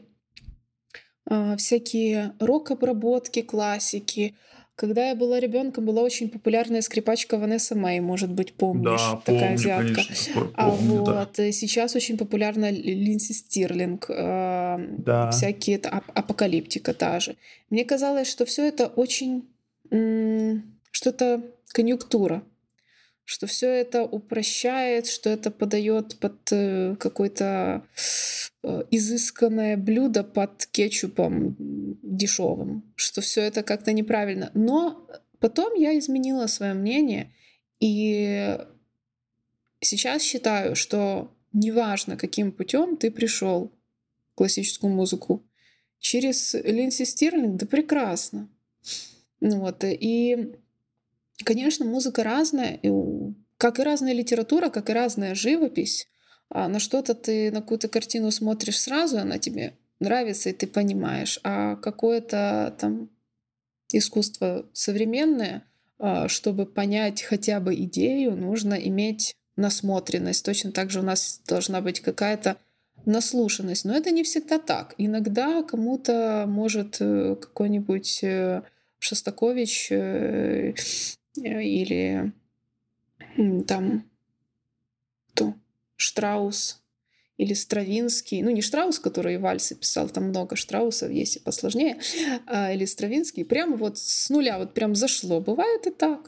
S2: а, всякие рок-обработки классики. Когда я была ребенком, была очень популярная скрипачка Ванесса Мэй, может быть,
S1: Да,
S2: помнишь, такая
S1: помню,
S2: азиатка.
S1: конечно, такое
S2: А
S1: помню, да.
S2: вот э, сейчас очень популярна Л- Линдси Стирлинг, а,
S1: Да,
S2: всякие т- ап- апокалиптика та же. Мне казалось, что все это очень м, что-то конъюнктура, что все это упрощает, что это подает под э, какое-то э, изысканное блюдо под кетчупом дешевым, что все это как-то неправильно. Но потом я изменила свое мнение, и сейчас считаю, что неважно, каким путем ты пришел в классическую музыку, через Линдси Стирлинг, да прекрасно. Ну вот, и конечно, музыка разная, и у- как и разная литература, как и разная живопись. А на что-то ты, на какую-то картину смотришь сразу, она тебе нравится, и ты понимаешь. А какое-то там искусство современное, а, чтобы понять хотя бы идею, нужно иметь насмотренность. Точно так же у нас должна быть какая-то наслушанность. Но это не всегда так. Иногда кому-то может э, какой-нибудь э, Шостакович э, э, или м, там кто? Штраус или Стравинский, ну не Штраус, который вальсы писал, там много Штраусов есть и посложнее, а, или Стравинский, прямо вот с нуля, вот прям зашло. Бывает и так.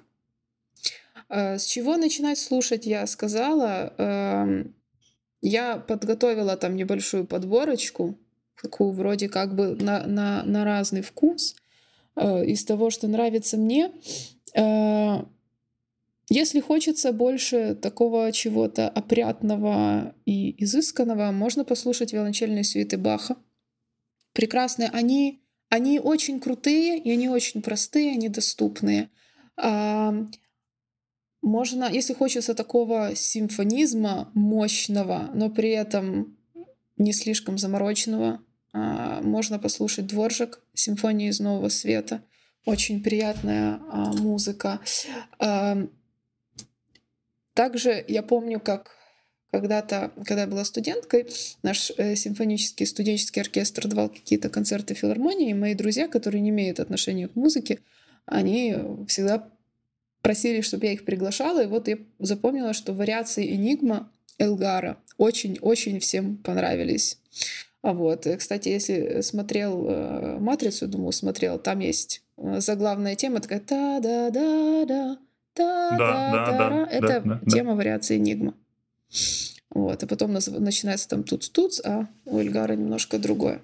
S2: А, С чего начинать слушать, я сказала. Эм, Я подготовила там небольшую подборочку, такую вроде как бы на, на, на разный вкус, э, из того, что нравится мне. Э, Если хочется больше такого чего-то опрятного и изысканного, можно послушать виолончельные сюиты Баха. Прекрасные. Они, они очень крутые, и они очень простые, они доступные. А, Можно, если хочется такого симфонизма мощного, но при этом не слишком замороченного, а, можно послушать Дворжак «Симфония из Нового Света». Очень приятная а, музыка. А, Также я помню, как когда-то, когда я была студенткой, наш э, симфонический студенческий оркестр давал какие-то концерты в филармонии, и мои друзья, которые не имеют отношения к музыке, они всегда просили, чтобы я их приглашала, и вот я запомнила, что вариации «Энигма» Элгара очень-очень всем понравились. А вот, и, кстати, если смотрел э, «Матрицу», думаю, смотрел, там есть э, заглавная тема такая «та-да-да-да»,
S1: Да, да,
S2: «та-да-да-ра».
S1: да, да,
S2: Это
S1: да, да.
S2: тема вариации «Энигма». Вот, а потом наз- начинается там туц-туц, а у Эльгара немножко другое.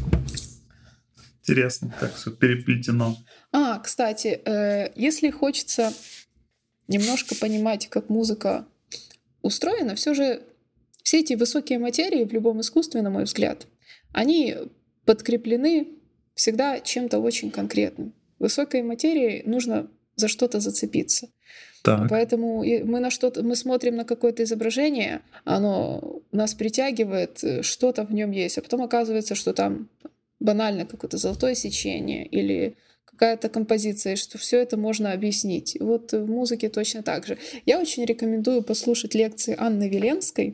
S1: Интересно, так все переплетено.
S2: А, кстати, э, если хочется немножко понимать, как музыка устроена, все же все эти высокие материи в любом искусстве, на мой взгляд, они подкреплены всегда чем-то очень конкретным. В высокой материи нужно за что-то зацепиться.
S1: Так,
S2: Поэтому и мы на что-то, мы смотрим на какое-то изображение, оно нас притягивает, э, что-то в нем есть, а потом оказывается, что там банально какое-то золотое сечение или какая-то композиция, и что все это можно объяснить. И вот в музыке точно так же. Я очень рекомендую послушать лекции Анны Веленской.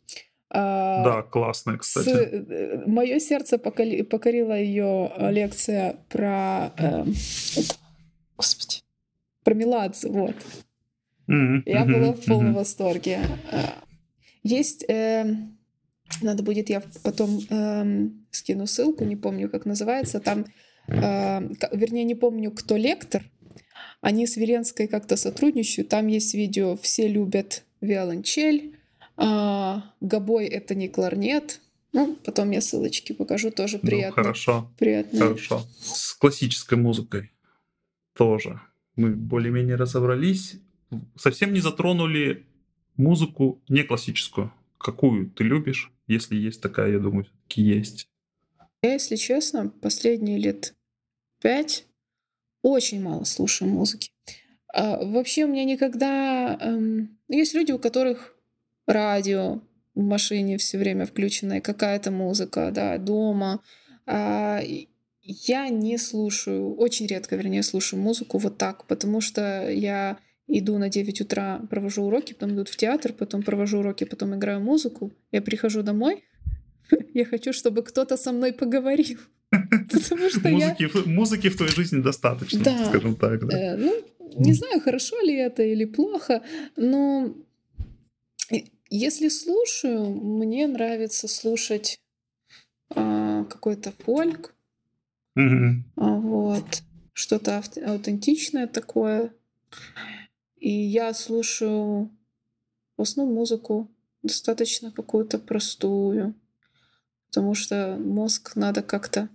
S1: да,
S2: А,
S1: классная,
S2: С...
S1: кстати.
S2: Мое сердце поколи- покорила ее лекция про... э, Господи, про Меладзе, вот.
S1: Мгм,
S2: Я была
S1: мгм,
S2: в полном
S1: мгм.
S2: восторге. А, Есть, эм, надо будет, я потом эм, скину ссылку, не помню, как называется. Там, эм, ка- вернее, не помню, кто лектор. Они с Веленской как-то сотрудничают. Там есть видео «Все любят виолончель», а, «Гобой — это не кларнет». Ну, потом я ссылочки покажу, тоже
S1: Ну,
S2: приятно.
S1: хорошо,
S2: Приятные.
S1: хорошо. С классической музыкой тоже мы более-менее разобрались. Совсем не затронули музыку не классическую. Какую ты любишь? Если есть такая, я думаю, все-таки есть.
S2: Я, если честно, последние лет пять очень мало слушаю музыки. А, вообще у меня никогда... эм, есть люди, у которых радио в машине все время включено, и какая-то музыка, да, дома. А, и я не слушаю, очень редко, вернее, слушаю музыку вот так, потому что я иду на девять утра, провожу уроки, потом иду в театр, потом провожу уроки, потом играю музыку. Я прихожу домой, я хочу, чтобы кто-то со мной поговорил, потому что я...
S1: Музыки, в- музыки в твоей жизни достаточно,
S2: Да,
S1: скажем так, да.
S2: э, ну, не
S1: М.
S2: знаю, хорошо ли это или плохо, но и если слушаю, мне нравится слушать а, какой-то фольк,
S1: Мгм.
S2: а, вот, что-то авт- аутентичное такое. И я слушаю в основном музыку достаточно какую-то простую, потому что мозг надо как-то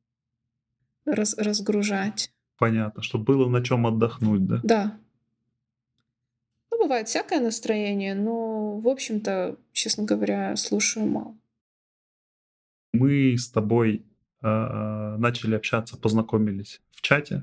S2: раз- разгружать.
S1: Понятно, чтобы было на чем отдохнуть, да.
S2: Да, ну, бывает всякое настроение, но, в общем-то, честно говоря, слушаю мало.
S1: Мы с тобой а, начали общаться, познакомились в чате,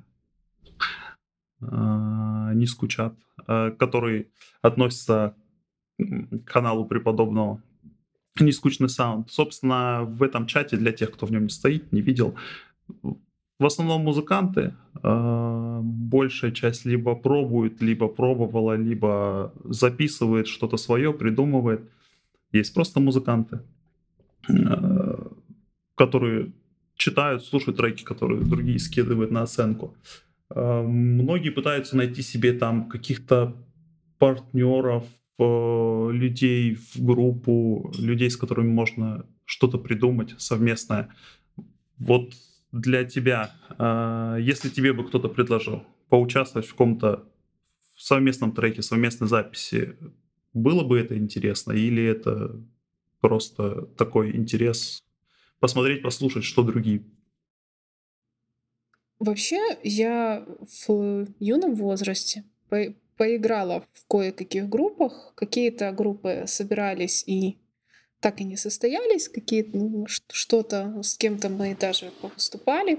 S1: а, Ниску чат, а, который относится м, к каналу преподобного Нескучный саунд. Собственно, в этом чате, для тех, кто в нем не стоит, не видел, в основном музыканты. а, Большая часть либо пробует, либо пробовала, либо записывает что-то свое, придумывает. Есть просто музыканты, а, которые читают, слушают треки, которые другие скидывают на оценку. А, Многие пытаются найти себе там каких-то партнеров, э, людей в группу, людей, с которыми можно что-то придумать совместное. Вот для тебя, а, если тебе бы кто-то предложил поучаствовать в каком-то совместном треке, совместной записи, было бы это интересно или это просто такой интерес посмотреть, послушать, что другие?
S2: Вообще, я в юном возрасте по- поиграла в кое-каких группах. Какие-то группы собирались и так и не состоялись, какие-то ну, ш- что-то с кем-то мы даже выступали.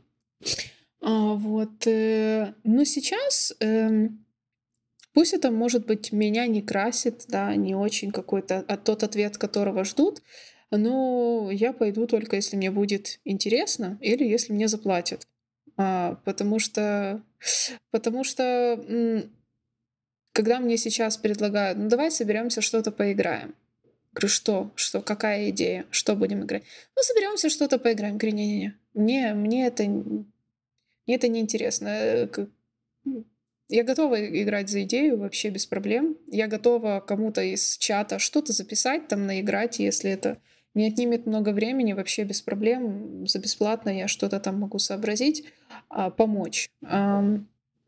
S2: А, вот, э, но сейчас эм, пусть это, может быть, меня не красит, да, не очень какой-то а тот ответ, которого ждут, но я пойду только если мне будет интересно или если мне заплатят. А, потому что потому что, м, когда мне сейчас предлагают: "Ну, давай соберемся, что-то поиграем". Говорю: "Что? Что? Какая идея? Что будем играть?" "Ну, соберемся, что-то поиграем". Говорю: "Не-не-не, мне мне это н мне это неинтересно". Э, к м, я готова играть за идею вообще без проблем. Я готова кому-то из чата что-то записать, там наиграть, если это не отнимет много времени, вообще без проблем. За бесплатно я что-то там могу сообразить, а, помочь. Ам,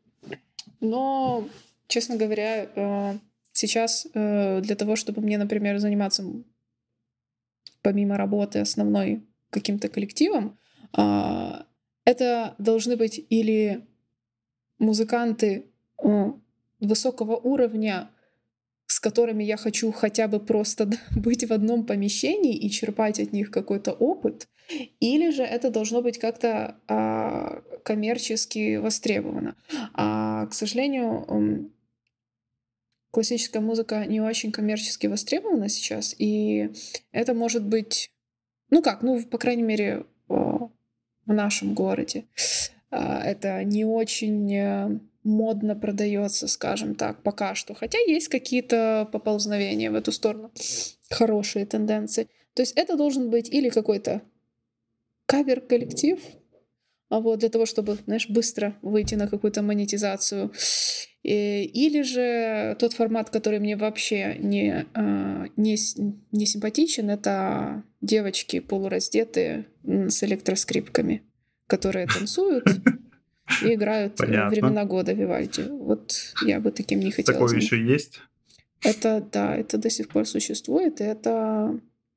S2: но, честно говоря, э, сейчас, э, для того, чтобы мне, например, заниматься, м, помимо работы основной каким-то коллективом, а, это должны быть или музыканты, э, высокого уровня, с которыми я хочу хотя бы просто д быть в одном помещении и черпать от них какой-то опыт, или же это должно быть как-то, а, коммерчески востребовано. А, к сожалению, м, классическая музыка не очень коммерчески востребована сейчас, и это может быть, ну как, ну, по крайней мере, о, в нашем городе. А, это не очень, э, модно продается, скажем так, пока что. Хотя есть какие-то поползновения в эту сторону, хорошие тенденции. То есть это должен быть или какой-то кавер-коллектив, а вот для того, чтобы, знаешь, быстро выйти на какую-то монетизацию. Э, или же тот формат, который мне вообще не, а, не, с- не симпатичен, это девочки полураздетые м, с электроскрипками, которые танцуют и играют э,
S1: Понятно.
S2: «Времена года» Вивальди. Вот я бы таким не хотела
S1: Такое
S2: заниматься.
S1: еще есть.
S2: Это, да, это до сих пор существует, и это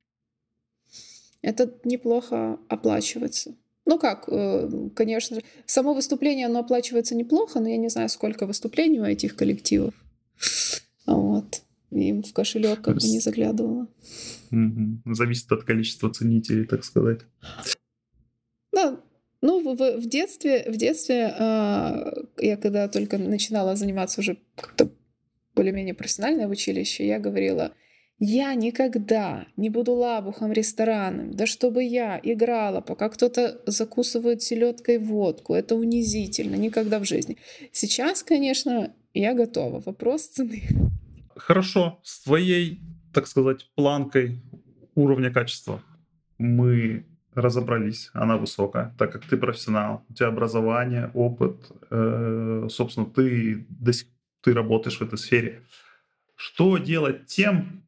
S2: это неплохо оплачивается. Ну как, э, конечно же, само выступление, оно оплачивается неплохо, но я не знаю, сколько выступлений у этих коллективов. А Вот. Им в кошелек
S1: То
S2: как бы не
S1: есть,
S2: заглядывала.
S1: мгм, зависит от количества ценителей, так сказать.
S2: Да, ну в, в- в детстве, в детстве а, я когда только начинала заниматься уже как-то более-менее профессиональное в училище, я говорила: "Я никогда не буду лабухом ресторанным. Да чтобы я играла, пока кто-то закусывает селедкой водку. Это унизительно. Никогда в жизни". Сейчас, конечно, я готова. Вопрос цены.
S1: Хорошо, с твоей, так сказать, планкой уровня качества мы разобрались, она высокая, так как ты профессионал, у тебя образование, опыт, э, собственно, ты до сих ты работаешь в этой сфере. Что делать тем,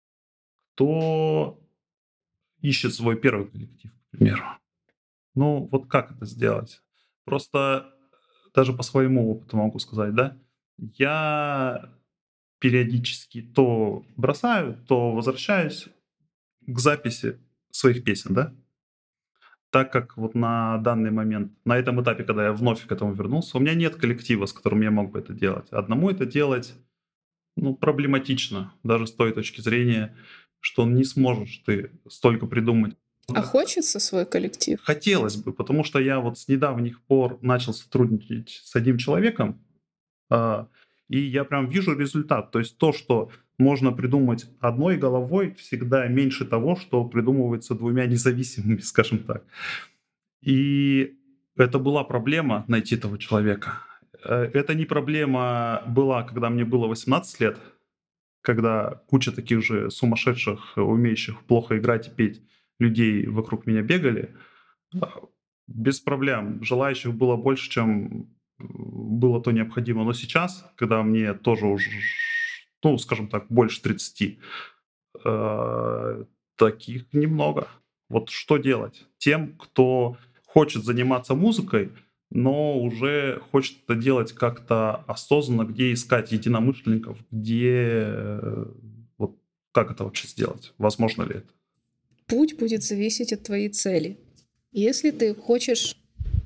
S1: кто ищет свой первый коллектив, к примеру? Ну, вот как это сделать? Просто даже по своему опыту могу сказать, да. Я периодически то бросаю, то возвращаюсь к записи своих песен, да. Так как вот на данный момент, на этом этапе, когда я вновь к этому вернулся, у меня нет коллектива, с которым я мог бы это делать. Одному это делать, ну, проблематично, даже с той точки зрения, что не сможешь ты столько придумать.
S2: А хочется свой коллектив?
S1: Хотелось бы, потому что я вот с недавних пор начал сотрудничать с одним человеком, а, и я прям вижу результат. То есть то, что можно придумать одной головой, всегда меньше того, что придумывается двумя независимыми, скажем так. И это была проблема найти этого человека. Э, это не проблема была, когда мне было восемнадцать лет, когда куча таких же сумасшедших, э, умеющих плохо играть и петь людей вокруг меня бегали. А, Без проблем. Желающих было больше, чем э, было то необходимо. Но сейчас, когда мне тоже уже, ну, скажем так, больше тридцати, э, таких немного. Вот что делать тем, кто хочет заниматься музыкой, но уже хочет это делать как-то осознанно, где искать единомышленников, где э, вот как это вообще сделать? Возможно ли это?
S2: Путь будет зависеть от твоей цели. Если ты хочешь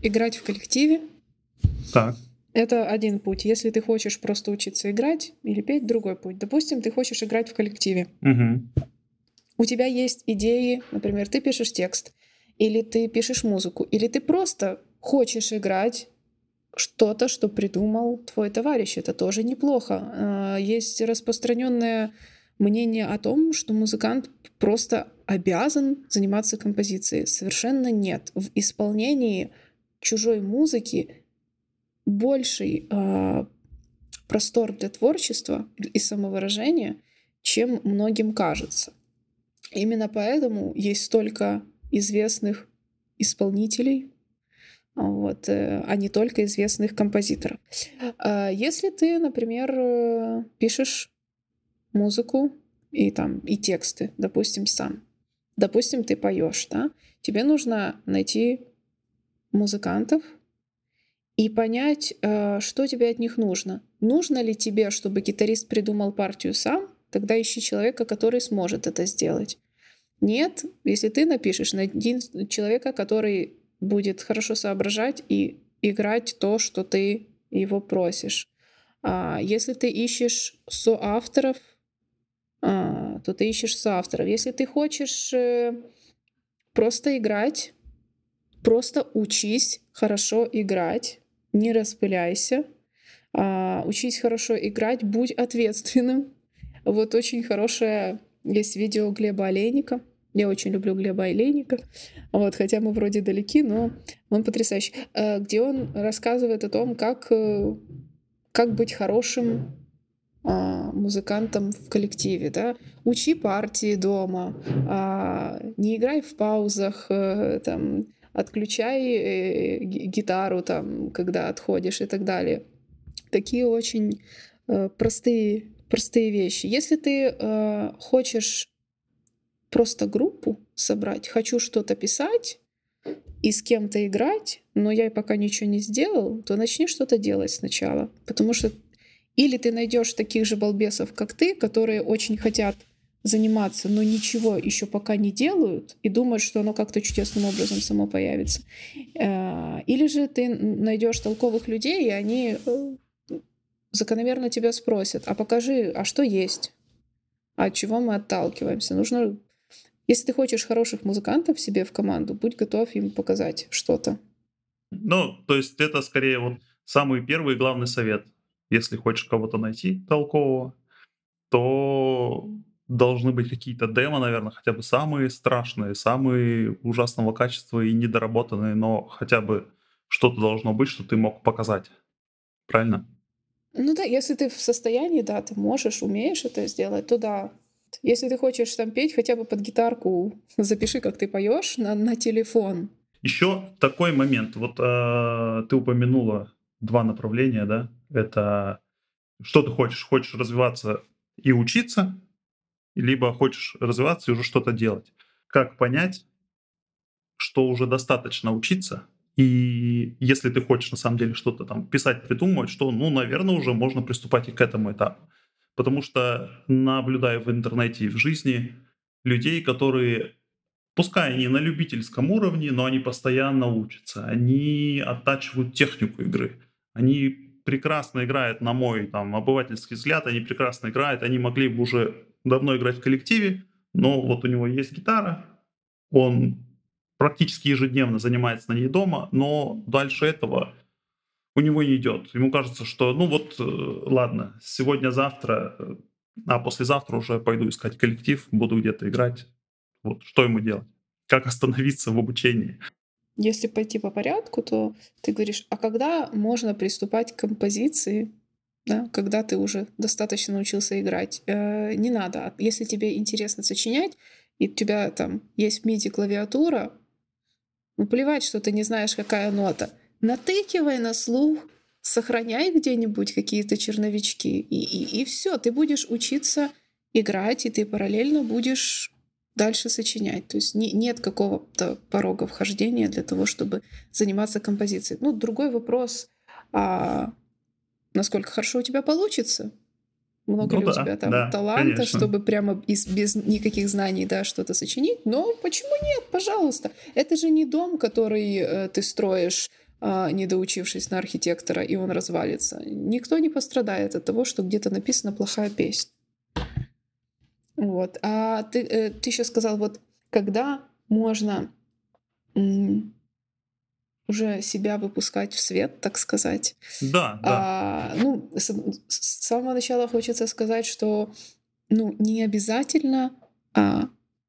S2: играть в коллективе.
S1: Так.
S2: Это один путь. Если ты хочешь просто учиться играть или петь, другой путь. Допустим, ты хочешь играть в коллективе.
S1: Угу.
S2: У тебя есть идеи, например, ты пишешь текст, или ты пишешь музыку, или ты просто хочешь играть что-то, что придумал твой товарищ. Это тоже неплохо. Есть распространенное мнение о том, что музыкант просто обязан заниматься композицией. Совершенно нет. В исполнении чужой музыки больший э, простор для творчества и самовыражения, чем многим кажется. Именно поэтому есть столько известных исполнителей, вот, э, а не только известных композиторов. Э, если ты, например, э, пишешь музыку и, там, и тексты, допустим, сам, допустим, ты поешь, да, тебе нужно найти музыкантов, и понять, что тебе от них нужно. Нужно ли тебе, чтобы гитарист придумал партию сам? Тогда ищи человека, который сможет это сделать. Нет, если ты напишешь, найди человека, который будет хорошо соображать и играть то, что ты его просишь. А если ты ищешь соавторов, то ты ищешь соавторов. Если ты хочешь просто играть, просто учись хорошо играть, не распыляйся, а, учись хорошо играть, будь ответственным. Вот очень хорошее есть видео Глеба Олейника. Я очень люблю Глеба Олейника, вот, хотя мы вроде далеки, но он потрясающий, где он рассказывает о том, как, как быть хорошим музыкантом в коллективе. Да? Учи партии дома, не играй в паузах, там, отключай э, гитару, там, когда отходишь и так далее. Такие очень э, простые, простые вещи. Если ты э, хочешь просто группу собрать, хочу что-то писать и с кем-то играть, но я пока ничего не сделал, то начни что-то делать сначала. Потому что или ты найдешь таких же балбесов, как ты, которые очень хотят заниматься, но ничего еще пока не делают и думают, что оно как-то чудесным образом само появится. Или же ты найдешь толковых людей, и они закономерно тебя спросят: а покажи, а что есть? А от чего мы отталкиваемся? Нужно... Если ты хочешь хороших музыкантов себе в команду, будь готов им показать что-то.
S1: Ну, то есть это скорее вот самый первый и главный совет. Если хочешь кого-то найти толкового, то должны быть какие-то демо, наверное, хотя бы самые страшные, самые ужасного качества и недоработанные, но хотя бы что-то должно быть, что ты мог показать. Правильно?
S2: Ну да, если ты в состоянии, да, ты можешь, умеешь это сделать, то да. Если ты хочешь там петь, хотя бы под гитарку запиши, как ты поешь на, на телефон.
S1: Еще такой момент. Вот э, ты упомянула два направления, да? Это что ты хочешь? Хочешь развиваться и учиться, либо хочешь развиваться и уже что-то делать. Как понять, что уже достаточно учиться, и если ты хочешь на самом деле что-то там писать, придумывать, что, ну, наверное, уже можно приступать и к этому этапу. Потому что наблюдая в интернете и в жизни людей, которые, пускай они на любительском уровне, но они постоянно учатся, они оттачивают технику игры, они прекрасно играют, на мой там обывательский взгляд, они прекрасно играют, они могли бы уже давно играть в коллективе, но вот у него есть гитара, он практически ежедневно занимается на ней дома, но дальше этого у него не идет. Ему кажется, что ну вот, э, ладно, сегодня-завтра, э, а послезавтра уже пойду искать коллектив, буду где-то играть. Вот что ему делать? Как остановиться в обучении?
S2: Если пойти по порядку, то ты говоришь, а когда можно приступать к композиции, да, когда ты уже достаточно научился играть? Э, не надо. Если тебе интересно сочинять, и у тебя там есть миди-клавиатура, ну плевать, что ты не знаешь, какая нота. Натыкивай на слух, сохраняй где-нибудь какие-то черновички, и, и, и все, ты будешь учиться играть, и ты параллельно будешь дальше сочинять. То есть не, нет какого-то порога вхождения для того, чтобы заниматься композицией. Ну, другой вопрос, а насколько хорошо у тебя получится? Много
S1: Ну
S2: ли у
S1: да,
S2: тебя там
S1: да,
S2: таланта,
S1: конечно.
S2: чтобы прямо из, без никаких знаний, да, что-то сочинить? Но почему нет? Пожалуйста. Это же не дом, который э, ты строишь а, не доучившись на архитектора, и он развалится. Никто не пострадает от того, что где-то написана плохая песня. Вот. А ты, э, ты еще сказал, вот когда можно м, уже себя выпускать в свет, так сказать.
S1: Да, да.
S2: А, ну, с, с самого начала хочется сказать, что ну, не обязательно а,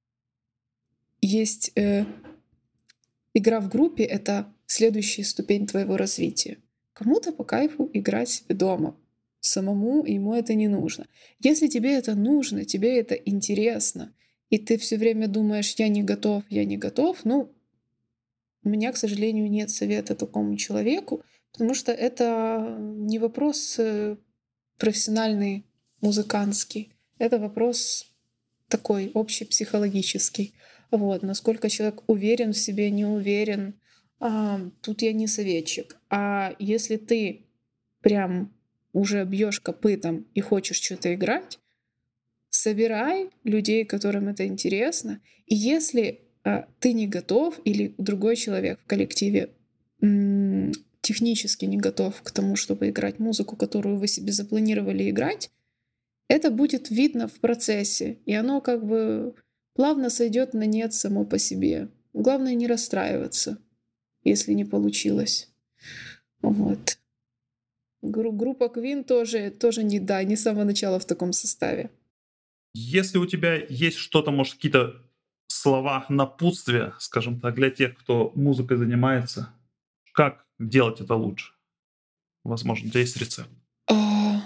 S2: есть э, игра в группе — это следующая ступень твоего развития. Кому-то по кайфу играть дома. Самому ему это не нужно. Если тебе это нужно, тебе это интересно, и ты все время думаешь: я не готов, я не готов, ну, у меня, к сожалению, нет совета такому человеку, потому что это не вопрос э, профессиональный, музыкантский. Это вопрос такой общепсихологический. Вот, насколько человек уверен в себе, не уверен, а, тут я не советчик. А если ты прям уже бьешь копытом и хочешь что-то играть, собирай людей, которым это интересно. И если а, ты не готов или другой человек в коллективе м, технически не готов к тому, чтобы играть музыку, которую вы себе запланировали играть, это будет видно в процессе, и оно как бы плавно сойдет на нет само по себе. Главное не расстраиваться, если не получилось. Вот. Гру- группа Queen тоже, тоже не, да, не с самого начала в таком составе.
S1: Если у тебя есть что-то, может, какие-то слова напутствия, скажем так, для тех, кто музыкой занимается, как делать это лучше? Возможно, у тебя есть рецепт.
S2: А,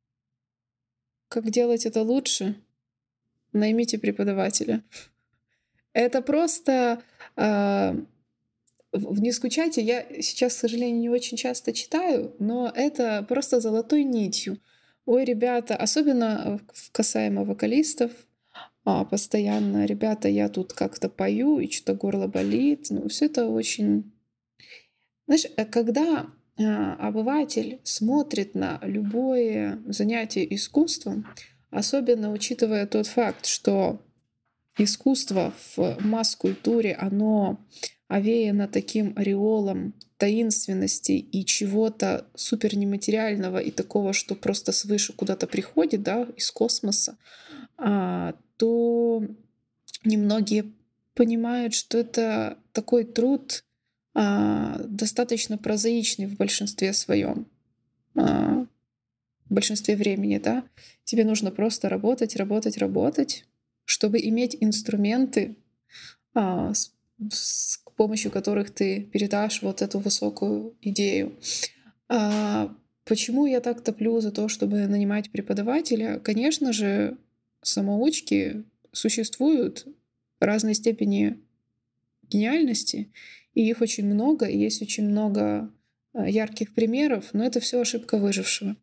S2: как делать это лучше? Наймите преподавателя. Это просто а, в в «Не скучайте» я сейчас, к сожалению, не очень часто читаю, но это просто золотой нитью. Ой, ребята, особенно э, в касаемо вокалистов, а, постоянно: ребята, я тут как-то пою, и что-то горло болит. Ну, все это очень... Знаешь, э, когда а, обыватель смотрит на любое занятие искусством, особенно учитывая тот факт, что искусство в масс-культуре, оно овеяно таким ореолом таинственности и чего-то супер нематериального и такого, что просто свыше куда-то приходит, да, из космоса, а, то немногие понимают, что это такой труд а, достаточно прозаичный в большинстве своем, а, в большинстве времени, да. Тебе нужно просто работать, работать, работать, чтобы иметь инструменты, а, с, с помощью которых ты передашь вот эту высокую идею. А, почему я так топлю за то, чтобы нанимать преподавателя? Конечно же, самоучки существуют разной степени гениальности, и их очень много, и есть очень много а, ярких примеров, но это все ошибка выжившего.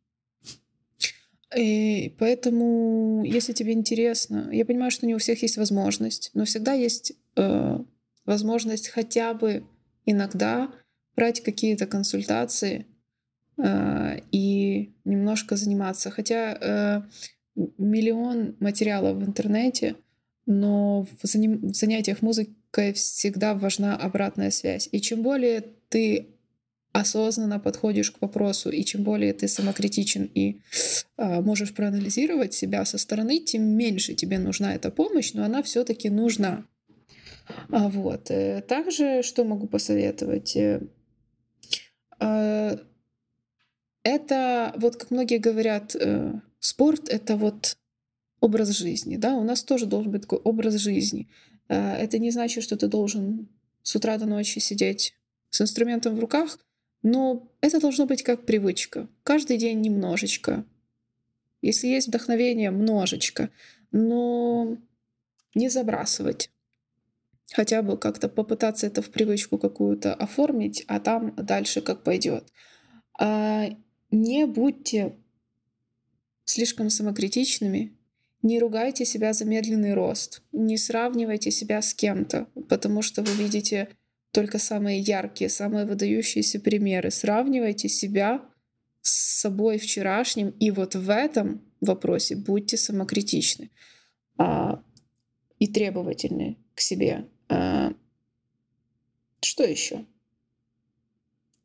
S2: И поэтому, если тебе интересно, я понимаю, что не у всех есть возможность, но всегда есть э, возможность хотя бы иногда брать какие-то консультации э, и немножко заниматься. Хотя э, м- миллион материалов в интернете, но в, заним- в занятиях музыкой всегда важна обратная связь. И чем более ты осознанно подходишь к вопросу, и чем более ты самокритичен и а, можешь проанализировать себя со стороны, тем меньше тебе нужна эта помощь, но она все-таки нужна. А, вот. э, Также, что могу посоветовать? Э, а, Это, вот как многие говорят, э, спорт — это вот образ жизни, да, у нас тоже должен быть такой образ жизни. А, Это не значит, что ты должен с утра до ночи сидеть с инструментом в руках, но это должно быть как привычка. Каждый день немножечко. Если есть вдохновение, множечко. Но не забрасывать. Хотя бы как-то попытаться это в привычку какую-то оформить, а там дальше как пойдет. А, Не будьте слишком самокритичными, не ругайте себя за медленный рост, не сравнивайте себя с кем-то, потому что вы видите только самые яркие, самые выдающиеся примеры. Сравнивайте себя с собой вчерашним, и вот в этом вопросе будьте самокритичны а, и требовательны к себе. А, что еще?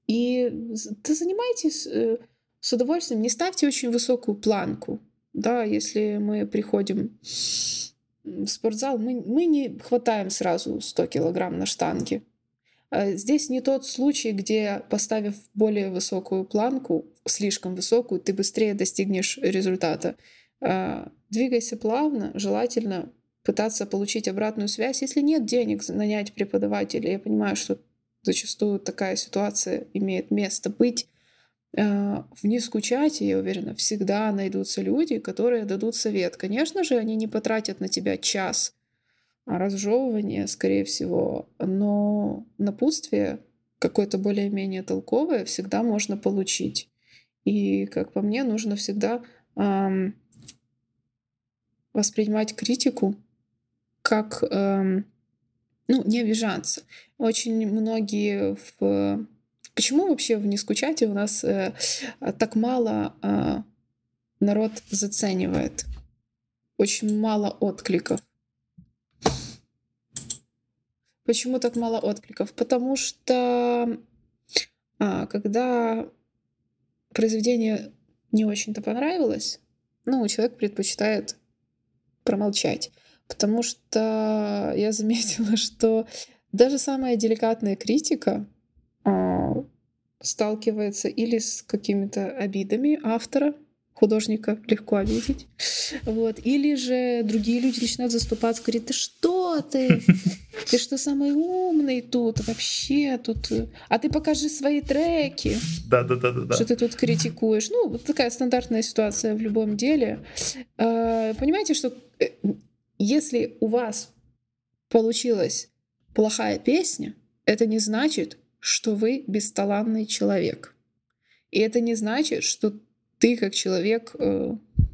S2: И з- да занимайтесь э, с удовольствием, не ставьте очень высокую планку. Да, если мы приходим в спортзал, мы, мы не хватаем сразу сто килограмм на штанге. А Здесь не тот случай, где, поставив более высокую планку, слишком высокую, ты быстрее достигнешь результата. А, Двигайся плавно, желательно пытаться получить обратную связь. Если нет денег нанять преподавателя, я понимаю, что зачастую такая ситуация имеет место быть. а, В нескучате, я уверена, всегда найдутся люди, которые дадут совет. Конечно же, они не потратят на тебя час а, разжевывания, скорее всего, но напутствие какое-то более-менее толковое всегда можно получить. И, как по мне, нужно всегда ам, воспринимать критику как, ам, ну, не обижаться. Очень многие в... Почему вообще в Нескучате у нас э, а, так мало а, народ заценивает? Очень мало откликов. Почему так мало откликов? Потому что а, когда произведение не очень-то понравилось, ну, человек предпочитает промолчать. Потому что я заметила, что даже самая деликатная критика а, сталкивается или с какими-то обидами автора, художника легко обидеть, вот, или же другие люди начинают заступаться, говорить: ты что ты? Ты что, самый умный тут вообще тут? э, А ты покажи свои треки,
S1: Да-да-да-да-да.
S2: что ты тут критикуешь. Ну, вот такая стандартная ситуация в любом деле. Э, Понимаете, что э, если у вас получилась плохая песня, это не значит, что вы бесталанный человек. И это не значит, что ты как человек э,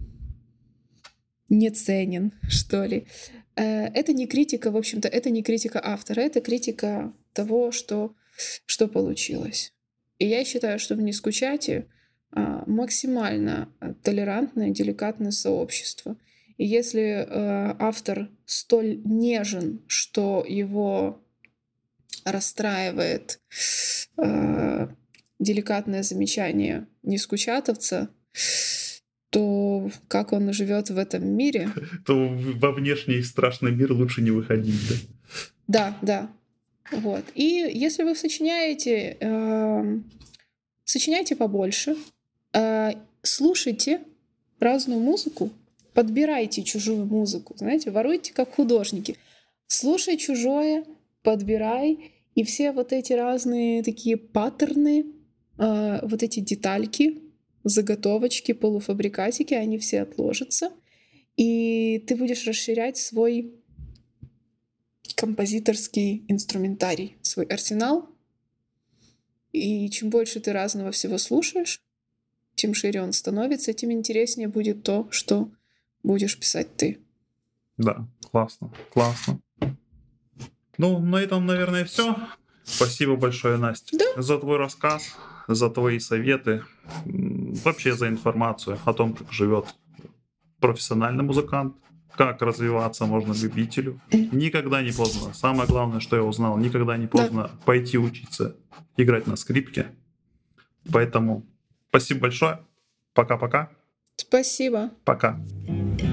S2: не ценен, что ли. Э, Это не критика, в общем-то, это не критика автора, это критика того, что, что получилось. И я считаю, что в Нескучате а, максимально а, толерантное, деликатное сообщество. И если э, автор столь нежен, что его расстраивает э, деликатное замечание нескучатовца, то как он живет в этом мире?
S1: То во внешний страшный мир лучше не выходить, да?
S2: Да, да. Вот. И если вы сочиняете, эм, сочиняйте побольше, э, слушайте разную музыку, подбирайте чужую музыку, знаете, воруйте как художники. Слушай чужое, подбирай, и все вот эти разные такие паттерны, э, вот эти детальки, заготовочки, полуфабрикатики, они все отложатся, и ты будешь расширять свой композиторский инструментарий, свой арсенал. И чем больше ты разного всего слушаешь, тем шире он становится, тем интереснее будет то, что будешь писать ты.
S1: Да, классно, классно. Ну, на этом, наверное, все. Спасибо большое, Настя,
S2: Да.
S1: за твой рассказ, за твои советы, м, вообще за информацию о том, как живет профессиональный музыкант, как развиваться можно любителю. Никогда не поздно. Самое главное, что я узнал, никогда не поздно пойти учиться играть на скрипке. Поэтому спасибо большое. Пока-пока.
S2: Спасибо.
S1: Пока.